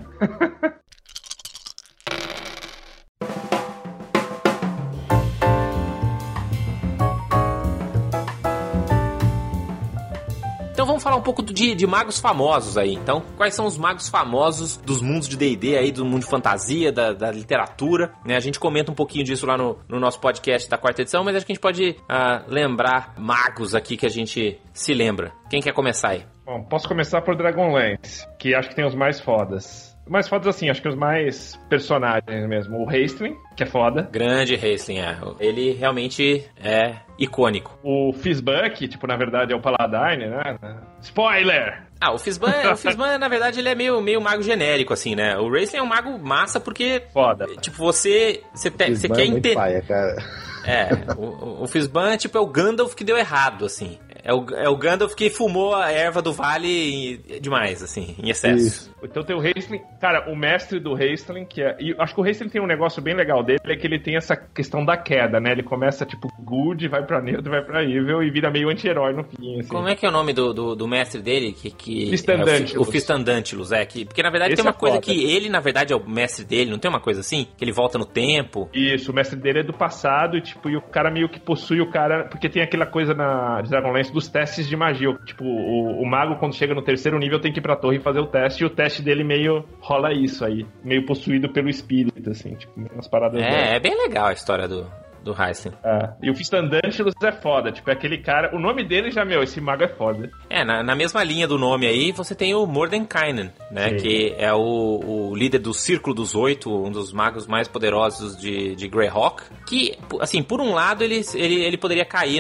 Então vamos falar um pouco de magos famosos aí. Então, quais são os magos famosos dos mundos de D&D aí, do mundo de fantasia, da literatura, né? A gente comenta um pouquinho disso lá no nosso podcast da 4ª edição, mas acho que a gente pode lembrar magos aqui que a gente se lembra. Quem quer começar aí? Bom, posso começar por Dragonlance, que acho que tem os mais fodas. Mais fodas assim, acho que os mais personagens mesmo. O Hastling, que é foda. Grande Hastling, ele realmente é icônico. O Fizzbuck, tipo, na verdade é o Paladine, né? Spoiler! O Fizzban, na verdade, ele é meio mago genérico, assim, né? O Hastling é um mago massa porque... Foda. Tipo, você quer entender... Paia, cara. O Fizzban é tipo o Gandalf que deu errado, assim. É o Gandalf que fumou a erva do vale demais, assim, em excesso. Isso. Então tem o Hastling, cara, o mestre do Hastling, que é... E acho que o Hastling tem um negócio bem legal dele, é que ele tem essa questão da queda, né? Ele começa, tipo, good, vai pra neutro, vai pra evil e vira meio anti-herói no fim, assim. Como é que é o nome do mestre dele? Fistandantilus. O Fistandantilus, porque na verdade Esse tem uma coisa foda. que ele, na verdade, é o mestre dele, não tem uma coisa assim? Que ele volta no tempo. Isso, o mestre dele é do passado e, tipo, e o cara meio que possui o cara... Porque tem aquela coisa na Dragonlance dos testes de magia. Tipo, o mago, quando chega no 3º nível, tem que ir pra torre e fazer o teste, e o teste dele meio rola isso aí. Meio possuído pelo espírito, assim, tipo, umas paradas... É bem legal a história do Hastling. E o Fistandantilus é foda, tipo, é aquele cara... O nome dele já, esse mago é foda. Na mesma linha do nome aí, você tem o Mordenkainen, né? Sim. Que é o líder do Círculo dos Oito, um dos magos mais poderosos de Greyhawk. Que, assim, por um lado, ele poderia cair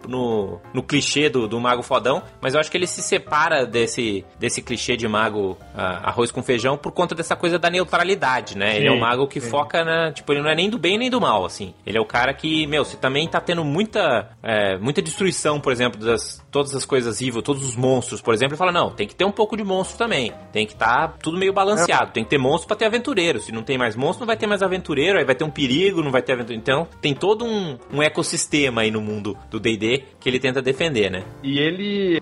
no clichê do mago fodão, mas eu acho que ele se separa desse clichê de mago arroz com feijão por conta dessa coisa da neutralidade, né? Sim, ele é um mago que foca tipo, ele não é nem do bem nem do mal, assim. Ele é o cara que, você também tá tendo muita destruição, por exemplo, todas as coisas evil, todos os monstros, por exemplo, ele fala, não, tem que ter um pouco de monstro também, tem que estar tudo meio balanceado, tem que ter monstro pra ter aventureiro, se não tem mais monstro, não vai ter mais aventureiro, aí vai ter um perigo, não vai ter aventureiro, então tem todo um ecossistema aí no mundo do D&D que ele tenta defender, né? E ele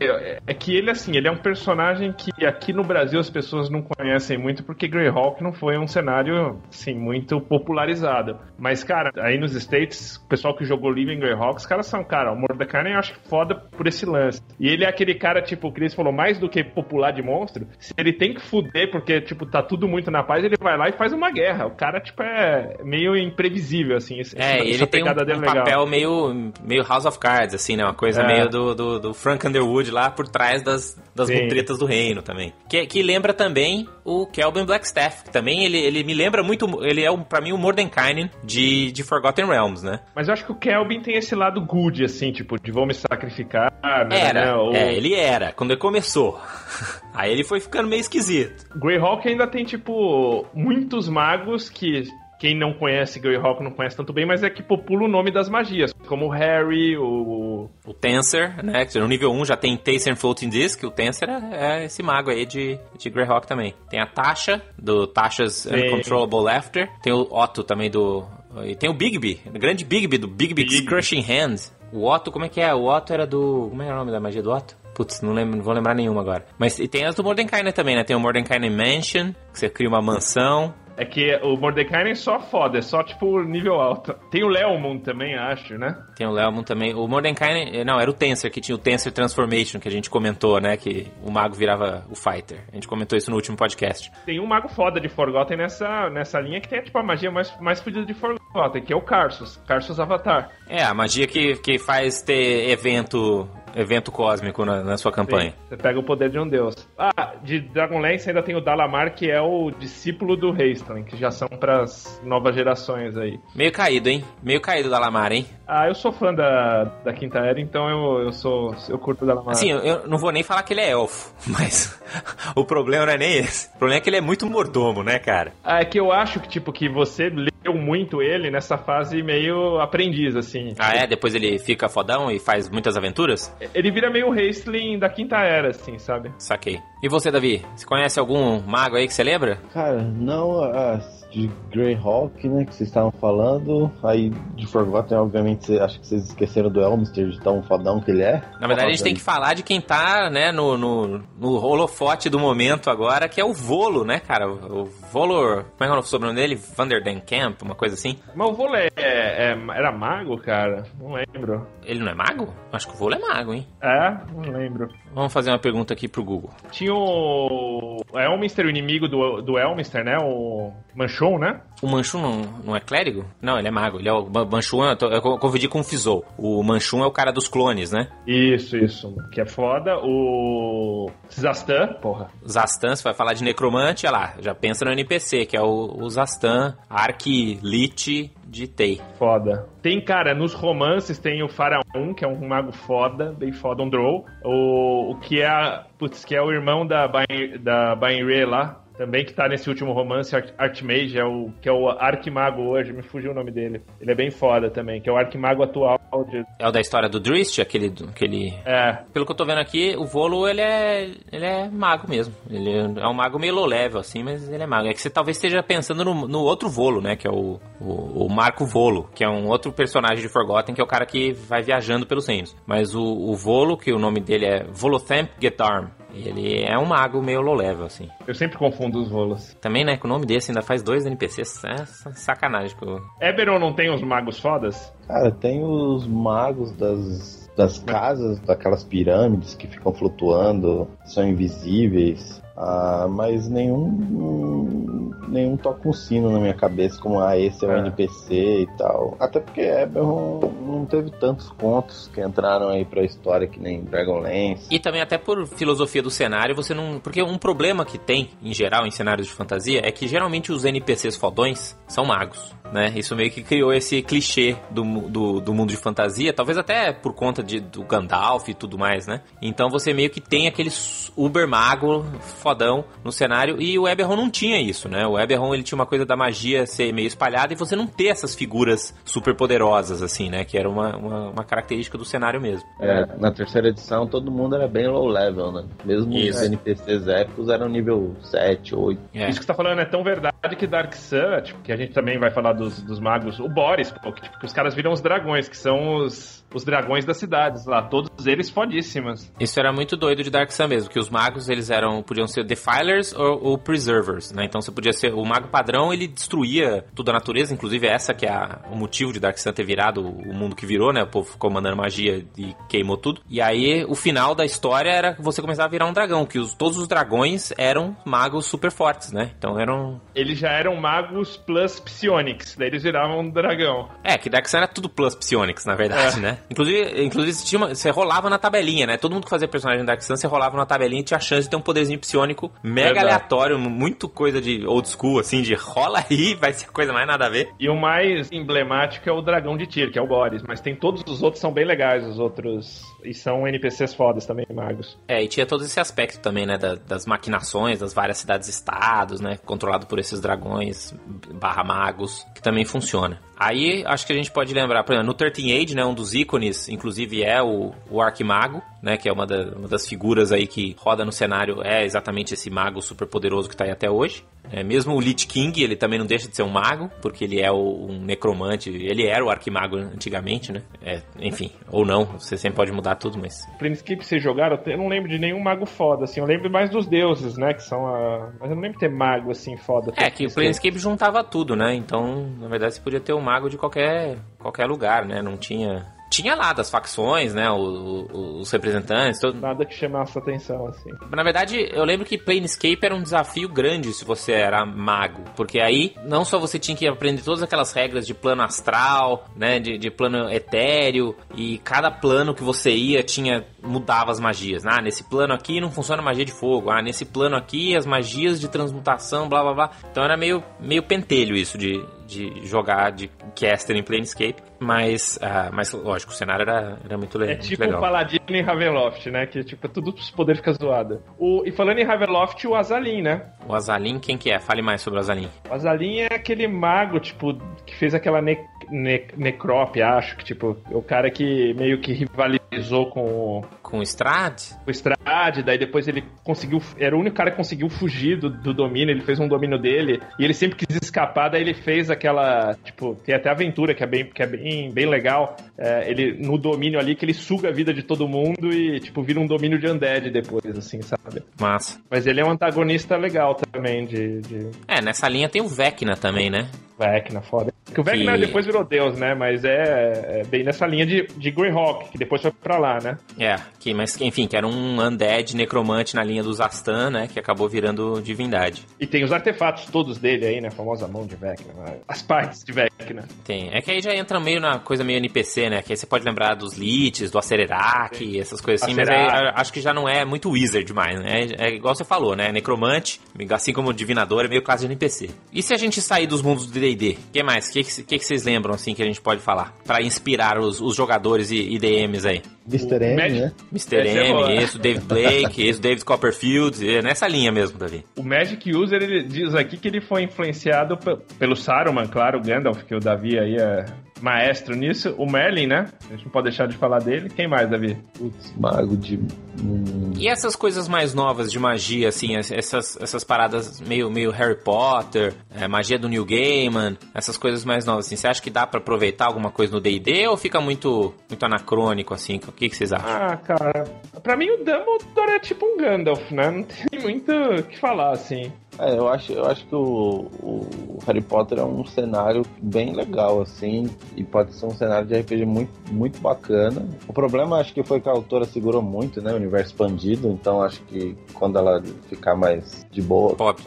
é um personagem que aqui no Brasil as pessoas não conhecem muito, porque Greyhawk não foi um cenário, assim, muito popularizado, mas, cara, aí nos States, o pessoal que jogou Living Greyhawk, os caras são, o Mordecai eu acho foda por esse lance. E ele é aquele cara, tipo, o Chris falou, mais do que popular de monstro, se ele tem que fuder porque, tipo, tá tudo muito na paz, ele vai lá e faz uma guerra. O cara, tipo, é meio imprevisível, assim. Ele tem um papel meio House of Cards, assim, né? Uma coisa meio do Frank Underwood lá por trás das mutretas do reino também. Que lembra também o Kelvin Blackstaff, que também ele me lembra muito, ele é, pra mim, o Mordenkainen de Forgotten Realms, né? Mas eu acho que o Kelvin tem esse lado good, assim, tipo, de vou me sacrificar, né? Ele era, quando ele começou. Aí ele foi ficando meio esquisito. Greyhawk ainda tem, tipo, muitos magos que... Quem não conhece Greyhawk não conhece tanto bem, mas é que popula o nome das magias, como o Harry, o Tenser, né? No nível 1 já tem Taser and Floating Disc, o Tenser é esse mago aí de Greyhawk também. Tem a Tasha, do Tasha's Uncontrollable Laughter. Tem o Otto também e tem o Bigby, o grande Bigby, do Bigby's Crushing Hand. O Otto, como é que é? O Otto era do... Como é o nome da magia do Otto? Putz, não vou lembrar nenhuma agora. Mas e tem as do Mordenkainen também, né? Tem o Mordenkainen Mansion, que você cria uma mansão. É que o Mordenkainen é só foda, é só, tipo, nível alto. Tem o Leomund também, acho, né? Tem o Leomund também. O Mordenkainen... Não, era o Tenser, que tinha o Tenser Transformation, que a gente comentou, né? Que o mago virava o Fighter. A gente comentou isso no último podcast. Tem um mago foda de Forgotten nessa linha, que tem, tipo, a magia mais fodida de Forgotten, que é o Karsus Avatar. É, a magia que faz ter evento cósmico na sua campanha. Sim, você pega o poder de um deus. De Dragonlance ainda tem o Dalamar, que é o discípulo do Haestling, que já são pras novas gerações aí. Meio caído, hein? Meio caído o Dalamar, hein? Eu sou fã da Quinta Era, então eu curto o Dalamar. Assim, eu não vou nem falar que ele é elfo, mas o problema não é nem esse. O problema é que ele é muito mordomo, né, cara? É que eu acho que, tipo, que você leu muito ele nessa fase meio aprendiz, assim. Depois ele fica fodão e faz muitas aventuras? Ele vira meio Haestling da Quinta Era, assim, sabe? Saquei. E você, Davi? Você conhece algum mago aí que você lembra? Cara, não, de Greyhawk, né, que vocês estavam falando. Aí de Forgotten, obviamente, acho que vocês esqueceram do Elminster, de tão fodão que ele é. Na verdade, a gente tem que falar de quem tá, né, no holofote do momento agora, que é o Volo, né, cara? O Volor, como é que é o sobrenome dele? Vanderdenkamp, uma coisa assim. Mas o Volo era mago, cara? Não lembro. Ele não é mago? Acho que o Volo é mago, hein? Não lembro. Vamos fazer uma pergunta aqui pro Google. Tinha o Elminster, o inimigo do Elminster, né? O Manchon, né? O Manchon não é clérigo? Não, ele é mago. Ele é o Manchon, eu confundi com o Fizou. O Manchon é o cara dos clones, né? Isso. Que é foda. O Zastan, porra. Zastan, você vai falar de necromante, olha lá, já pensa no NPC, que é o Zastan, Arq-Lich de Tei. Foda. Tem, cara, nos romances tem o Faraon, que é um mago foda, bem foda, um Drow. O que é o irmão da Bainre lá. Também que tá nesse último romance, Archmage, que é o Arquimago hoje, me fugiu o nome dele. Ele é bem foda também, que é o Arquimago atual. É o da história do Drist, aquele... É. Pelo que eu tô vendo aqui, o Volo, ele é mago mesmo. Ele é um mago meio low level, assim, mas ele é mago. É que você talvez esteja pensando no outro Volo, né, que é o Marco Volo, que é um outro personagem de Forgotten, que é o cara que vai viajando pelos reinos. Mas o Volo, que o nome dele é Volothamp Getarm, ele é um mago meio low level, assim. Eu sempre confundo os Volos. Também, né, com o nome desse ainda faz 2 NPCs. É sacanagem. Eberron não tem os magos fodas? Cara, tem os magos das casas, daquelas pirâmides que ficam flutuando, são invisíveis. Mas nenhum toca um sino na minha cabeça como esse é um NPC e tal. Até porque Eberron não teve tantos contos que entraram aí pra história que nem Dragonlance. E também até por filosofia do cenário, você não... Porque um problema que tem, em geral, em cenários de fantasia, é que geralmente os NPCs fodões são magos, né? Isso meio que criou esse clichê do mundo de fantasia, talvez até por conta do Gandalf e tudo mais, né? Então você meio que tem aquele uber mago fodão no cenário, e o Eberron não tinha isso, né? O Eberron, ele tinha uma coisa da magia ser meio espalhada e você não ter essas figuras super poderosas, assim, né? Que era uma característica do cenário mesmo. Na terceira edição, todo mundo era bem low level, né? Mesmo os NPCs épicos eram nível 7, 8. Isso que você tá falando é tão verdade que Dark Sun, tipo, que a gente também vai falar dos magos, o Boris, que os caras viram os dragões, que são os dragões das cidades lá, todos eles fodíssimos. Isso era muito doido de Dark Sun mesmo, que os magos, eles podiam ser Defilers ou Preservers, né? Então você podia ser, o mago padrão, ele destruía toda a natureza, inclusive essa que é o motivo de Dark Sun ter virado o mundo que virou, né? O povo ficou mandando magia e queimou tudo. E aí, o final da história era que você começava a virar um dragão, que todos os dragões eram magos super fortes, né? Então eram... Eles já eram magos plus psionics. Psionics, daí eles viravam um dragão. Que Darksun era tudo plus Psionics, na verdade, né? Inclusive você rolava na tabelinha, né? Todo mundo que fazia personagem Darksun, você rolava na tabelinha e tinha a chance de ter um poderzinho psiônico mega aleatório, muito coisa de old school, assim, de rola aí, vai ser coisa mais nada a ver. E o mais emblemático é o dragão de Tyr, que é o Boris, mas tem todos os outros, são bem legais, os outros, e são NPCs fodas também, magos. E tinha todo esse aspecto também, né, das maquinações, das várias cidades-estados, né, controlado por esses dragões /magos, que também funciona. Aí, acho que a gente pode lembrar, por exemplo, no 13 Age, né, um dos ícones, inclusive, é o Arquimago, né, que é uma das figuras aí que roda no cenário, é exatamente esse mago super poderoso que tá aí até hoje. Mesmo o Lich King, ele também não deixa de ser um mago, porque ele é um necromante, ele era o Arquimago antigamente, né, enfim, ou não, você sempre pode mudar tudo, mas... Planescape vocês jogaram, eu não lembro de nenhum mago foda, assim, eu lembro mais dos deuses, né, que são mas eu não lembro de ter mago, assim, foda. Que o Planescape juntava tudo, né, então, na verdade, você podia ter um mago de qualquer lugar, né? Não tinha... Tinha lá das facções, né? Os representantes. Nada que chamasse atenção, assim. Na verdade, eu lembro que Planescape era um desafio grande se você era mago. Porque aí, não só você tinha que aprender todas aquelas regras de plano astral, né? De plano etéreo. E cada plano que você ia mudava as magias. Nesse plano aqui não funciona magia de fogo. Nesse plano aqui as magias de transmutação, blá blá blá. Então era meio pentelho isso de jogar de caster em Planescape, mas lógico, o cenário era muito legal. É tipo o Paladino em Ravenloft, né? Que tipo, tudo os poderes fica zoado. E falando em Ravenloft, o Azalin, né? O Azalin, quem que é? Fale mais sobre o Azalin. O Azalin é aquele mago, tipo, que fez aquela Necrop, acho que, tipo, o cara que meio que rivalizou com o Strahd? O Strahd, daí depois ele conseguiu, era o único cara que conseguiu fugir do domínio, ele fez um domínio dele, e ele sempre quis escapar, daí ele fez aquela, tipo, tem até aventura que é bem legal, ele, no domínio ali, que ele suga a vida de todo mundo e, tipo, vira um domínio de undead depois, assim, sabe? Massa. Mas ele é um antagonista legal também, nessa linha tem o Vecna também, né? Vecna, foda. Porque o Vecna depois virou Deus, né? Mas é bem nessa linha de Greyhawk, que depois foi pra lá, né? Mas enfim, que era um undead necromante na linha dos Astan, né? Que acabou virando divindade. E tem os artefatos todos dele aí, né? A famosa mão de Vecna. As partes de Vecna. Tem. É que aí já entra meio na coisa meio NPC, né? Que aí você pode lembrar dos Liches, do Acererak, essas coisas assim. Mas aí, acho que já não é muito Wizard demais, né? É igual você falou, né? Necromante, assim como Divinador, é meio caso de NPC. E se a gente sair dos mundos do D&D? O que mais? O que vocês lembram, assim, que a gente pode falar? Pra inspirar os jogadores e DMs aí. Mr. M, né? Mr. M, isso, David Blake, isso, David Copperfield, nessa linha mesmo, Davi. O Magic User, ele diz aqui que ele foi influenciado pelo Saruman, claro, o Gandalf, que o Davi aí é maestro nisso. O Merlin, né? A gente não pode deixar de falar dele. Quem mais, Davi? Putz, mago de... E essas coisas mais novas de magia, assim, essas paradas meio Harry Potter, magia do Neil Gaiman, essas coisas mais novas, assim, você acha que dá pra aproveitar alguma coisa no D&D ou fica muito anacrônico, assim? O que vocês acham? Cara, pra mim o Dumbledore é tipo um Gandalf, né? Não tem muito o que falar, assim. Eu acho que o Harry Potter é um cenário bem legal, assim, e pode ser um cenário de RPG muito, muito bacana. O problema, acho que foi que a autora segurou muito, né, o universo expandido, então acho que quando ela ficar mais de boa... Pobre.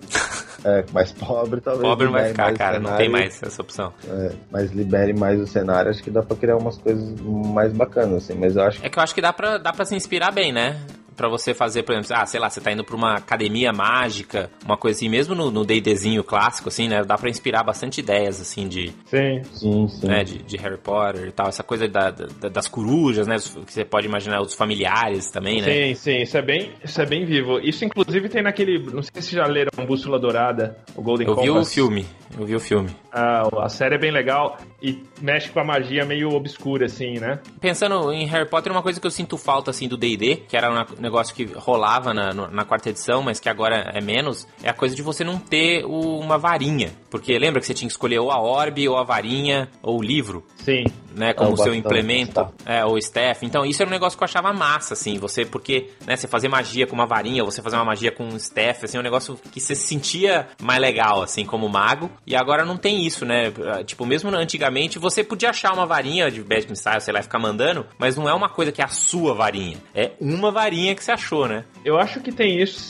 Mais pobre, talvez. Pobre não vai ficar, cara, não tem mais essa opção. Mas libere mais o cenário, acho que dá pra criar umas coisas mais bacanas, assim, mas eu acho... É que eu acho que dá pra se inspirar bem, né? Pra você fazer, por exemplo, sei lá, você tá indo pra uma academia mágica, uma coisa assim, mesmo no D&Dzinho clássico, assim, né? Dá pra inspirar bastante ideias, assim, Sim. Né, de Harry Potter e tal, essa coisa das corujas, né? Que você pode imaginar os familiares também, né? Sim, isso é bem vivo. Isso, inclusive, tem naquele... Não sei se já leram Bússola Dourada, o Golden Compass. Eu vi o filme. A série é bem legal e mexe com a magia meio obscura, assim, né? Pensando em Harry Potter, uma coisa que eu sinto falta, assim, do D&D, que era um negócio que rolava na quarta edição, mas que agora é menos, é a coisa de você não ter uma varinha. Porque lembra que você tinha que escolher ou a orbe, ou a varinha, ou o livro? Sim. Né, como seu implemento, ou staff. Então, isso era um negócio que eu achava massa, assim, porque, né, você fazer magia com uma varinha, você fazer uma magia com um staff, assim, é um negócio que você se sentia mais legal, assim, como mago, e agora não tem isso, né, tipo, mesmo antigamente, você podia achar uma varinha de Magic Missile, sei lá, e ficar mandando, mas não é uma coisa que é a sua varinha, é uma varinha que você achou, né? Eu acho que tem isso...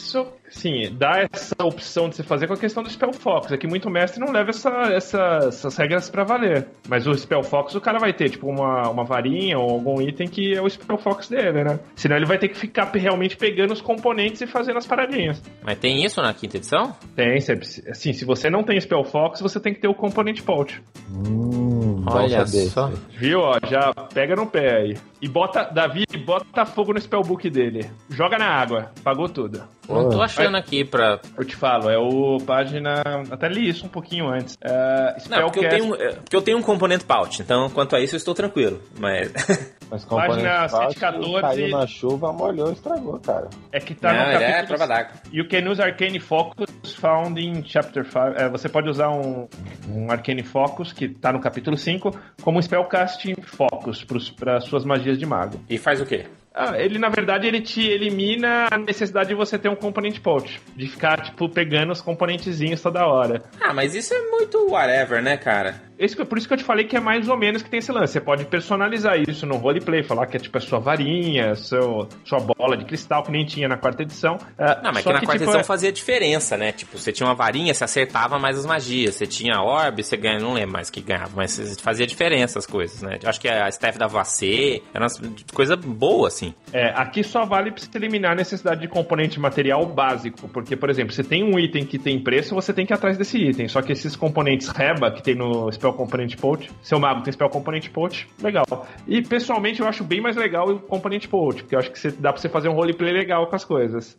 sim, dá essa opção de você fazer com a questão do Spell Focus. É que muito mestre não leva essas regras pra valer. Mas o Spell Focus, o cara vai ter, tipo, uma varinha ou algum item que é o Spell Focus dele, né? Senão ele vai ter que ficar realmente pegando os componentes e fazendo as paradinhas. Mas tem isso na quinta edição? Tem, assim, se você não tem Spell Focus, você tem que ter o Component Pouch. Olha só. Viu, ó, já pega no pé aí. E Davi, bota fogo no Spellbook dele. Joga na água, pagou tudo. Não tô achando aqui pra... Eu te falo, página... Até li isso um pouquinho antes. Não, porque eu tenho um componente pouch, então quanto a isso eu estou tranquilo, mas página 114... Caiu na chuva, molhou, estragou, cara. É que tá no capítulo... é prova d'água. You can use Arcane Focus found in Chapter 5. Você pode usar um Arcane Focus, que tá no capítulo 5, como um Spellcasting Focus para suas magias de mago. E faz o quê? Ele, na verdade, ele te elimina a necessidade de você ter um componente pouch. De ficar, tipo, pegando os componentezinhos toda hora. Mas isso é muito whatever, né, cara? Por isso que eu te falei que é mais ou menos que tem esse lance. Você pode personalizar isso no roleplay, falar que é tipo a sua varinha, sua bola de cristal, que nem tinha na quarta edição. Não, mas que na quarta edição fazia diferença, né? Tipo, você tinha uma varinha, você acertava mais as magias. Você tinha orbe, você ganha, não lembro mais que ganhava, mas fazia diferença as coisas, né? Eu acho que a staff da Vacê era uma coisa boa, assim. Aqui só vale pra você eliminar a necessidade de componente material básico, porque, por exemplo, você tem um item que tem preço, você tem que ir atrás desse item, só que esses componentes Reba, que tem no Spell Component Pouch, seu mago tem Spell Component Pouch, legal. E, pessoalmente, eu acho bem mais legal o Component Pouch, porque eu acho que dá pra você fazer um roleplay legal com as coisas.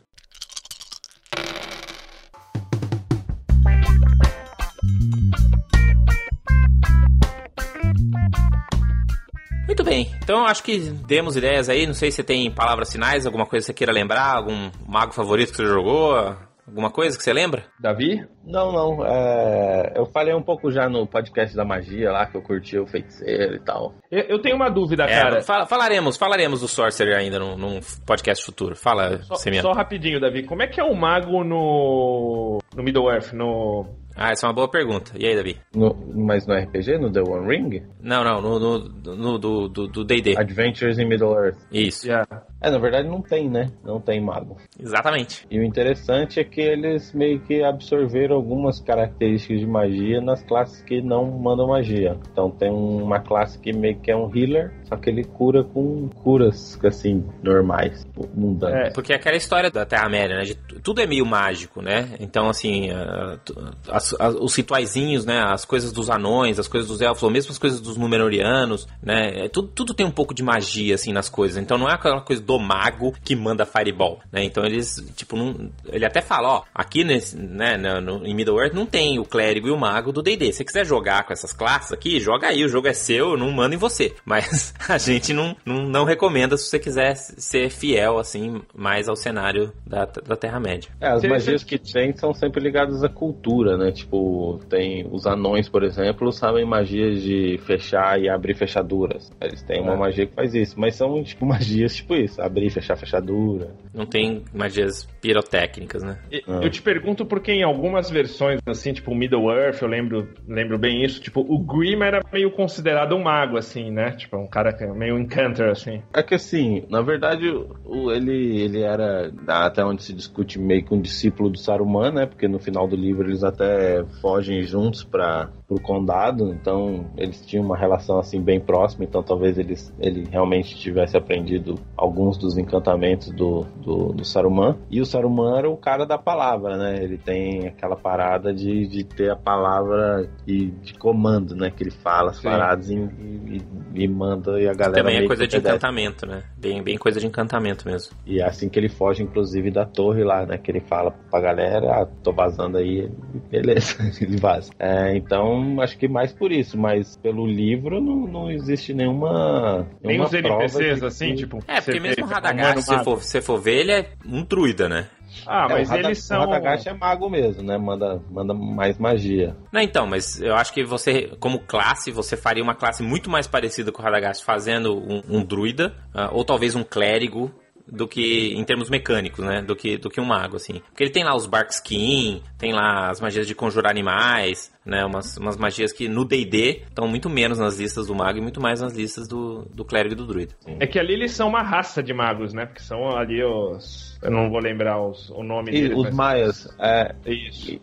Muito bem, então eu acho que demos ideias aí, não sei se você tem palavras finais, alguma coisa que você queira lembrar, algum mago favorito que você jogou, alguma coisa que você lembra? Davi? Não, eu falei um pouco já no podcast da magia lá, que eu curti o feiticeiro e tal. Eu tenho uma dúvida, cara. Falaremos do Sorcerer ainda num podcast futuro, fala, Semiano. Só rapidinho, Davi, como é que é o mago no Middle-earth, essa é uma boa pergunta. E aí, Davi? Mas no RPG? No The One Ring? Não, no do D&D. Adventures in Middle-earth. Isso. Yeah. Na verdade não tem, né? Não tem mago. Exatamente. E o interessante é que eles meio que absorveram algumas características de magia nas classes que não mandam magia. Então tem uma classe que meio que é um healer, só que ele cura com curas, assim, normais, mundanas. Porque é aquela história da Terra-média, né? Tudo é meio mágico, né? Então, assim, os rituaizinhos, né? As coisas dos anões, as coisas dos elfos, ou mesmo as coisas dos Númenóreanos, né? Tudo tem um pouco de magia, assim, nas coisas. Então não é aquela coisa do mago que manda Fireball, né? Então eles, tipo, ele até fala, aqui nesse, né, em Middle-earth não tem o clérigo e o mago do D&D. Se você quiser jogar com essas classes aqui, joga aí, o jogo é seu, não manda em você. Mas a gente não recomenda se você quiser ser fiel, assim, mais ao cenário da Terra-média. As magias que tem são sempre ligadas à cultura, né? Tipo, tem os anões, por exemplo, sabem magias de fechar e abrir fechaduras. Eles têm uma magia que faz isso, mas são, tipo, magias tipo isso, abrir e fechar fechadura. Não tem magias pirotécnicas, né? Eu te pergunto porque em algumas versões, assim, tipo Middle-earth, eu lembro bem isso, tipo, o Grimm era meio considerado um mago, assim, né? Tipo, um cara meio encanter, assim. É que, assim, na verdade, ele era, até onde se discute, meio que um discípulo do Saruman, né? Porque no final do livro eles até fogem juntos pro condado, então eles tinham uma relação, assim, bem próxima, então talvez ele realmente tivesse aprendido alguns dos encantamentos do Saruman. E o Saruman era o cara da palavra, né? Ele tem aquela parada de ter a palavra de comando, né? Que ele fala as paradas e manda, e a galera... Também é coisa de encantamento, né? Bem coisa de encantamento mesmo. E é assim que ele foge, inclusive, da torre lá, né? Que ele fala pra galera, tô vazando aí, beleza, ele vaza. Então, acho que mais por isso, mas pelo livro não existe nenhuma nem os NPCs, assim, que... tipo... porque mesmo o Radagast, se você for ver, ele é um druida, né? Mas eles são... O Radagast é mago mesmo, né? Manda mais magia. Não, então, mas eu acho que você, como classe, você faria uma classe muito mais parecida com o Radagast fazendo um druida, ou talvez um clérigo, do que em termos mecânicos, né? Do que um mago, assim. Porque ele tem lá os Barkskin, tem lá as magias de conjurar animais, né? Umas magias que no D&D estão muito menos nas listas do mago e muito mais nas listas do clérigo e do druida. É que ali eles são uma raça de magos, né? Porque são ali os... Eu não vou lembrar o nome deles. Os maias. Isso.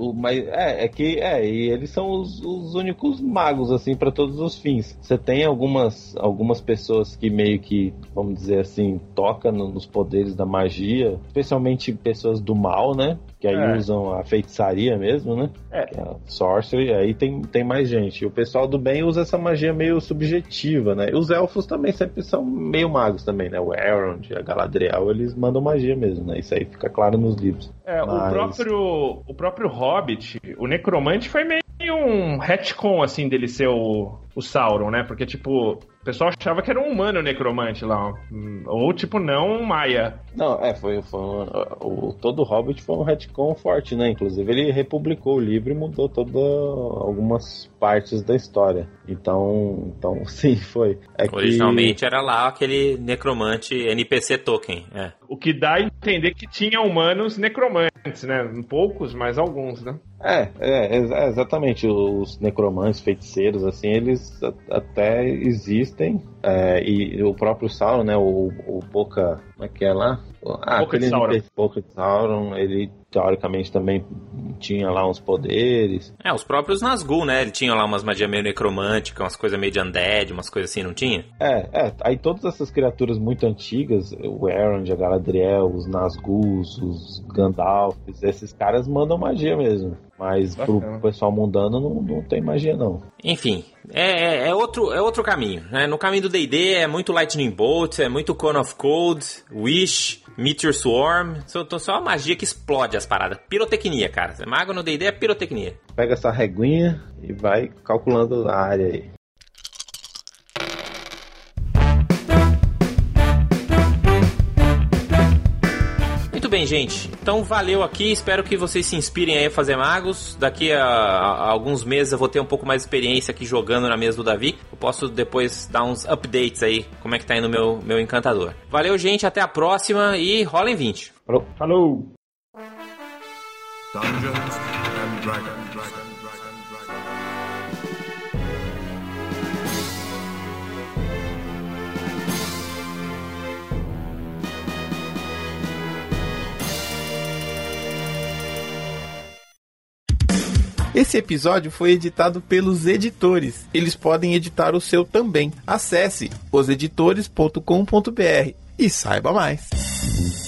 E eles são os únicos magos, assim, para todos os fins. Você tem algumas pessoas que meio que, vamos dizer assim, tocam nos poderes da magia, especialmente pessoas do mal, né? Que aí usam a feitiçaria mesmo, né? Que é a sorcery, aí tem mais gente. E o pessoal do bem usa essa magia meio subjetiva, né? E os elfos também sempre são meio magos também, né? O Elrond, a Galadriel, eles mandam magia mesmo, né? Isso aí fica claro nos livros. Mas... o próprio Hobbit, o Necromante foi meio um retcon, assim, dele ser o Sauron, né? Porque, tipo, o pessoal achava que era um humano necromante lá. Ou, tipo, não um maia. Não, todo o Hobbit foi um retcon forte, né? Inclusive, ele republicou o livro e mudou algumas partes da história. Então sim, foi. Originalmente era lá aquele necromante NPC token, O que dá a entender que tinha humanos necromantes, né? Poucos, mas alguns, né? Exatamente. Os necromantes, feiticeiros, assim, eles até existem. E o próprio Sauron, né? O Boca... Como é que é lá? Boca de Sauron. Boca de Sauron, ele teoricamente também tinha lá uns poderes. Os próprios Nazgûl, né? Ele tinha lá umas magias meio necromânticas, umas coisas meio de undead, umas coisas assim, não tinha? Aí todas essas criaturas muito antigas, o Elrond, a Galadriel, os Nazgûs, os Gandalfs, esses caras mandam magia mesmo. Mas pro pessoal mundano não tem magia, não. Enfim, é outro caminho, né? No caminho do D&D é muito Lightning Bolt, é muito Cone of Cold, Wish, Meteor Swarm. Só uma magia que explode as paradas. Pirotecnia, cara. Mago no D&D é pirotecnia. Pega essa reguinha e vai calculando a área aí. Muito bem, gente. Então valeu aqui. Espero que vocês se inspirem aí a fazer magos. Daqui a alguns meses eu vou ter um pouco mais de experiência aqui jogando na mesa do Davi. Eu posso depois dar uns updates aí, como é que tá indo o meu encantador. Valeu, gente. Até a próxima e rolem 20. Falou! Dungeons and Dragons. Esse episódio foi editado pelos editores. Eles podem editar o seu também. Acesse oseditores.com.br e saiba mais.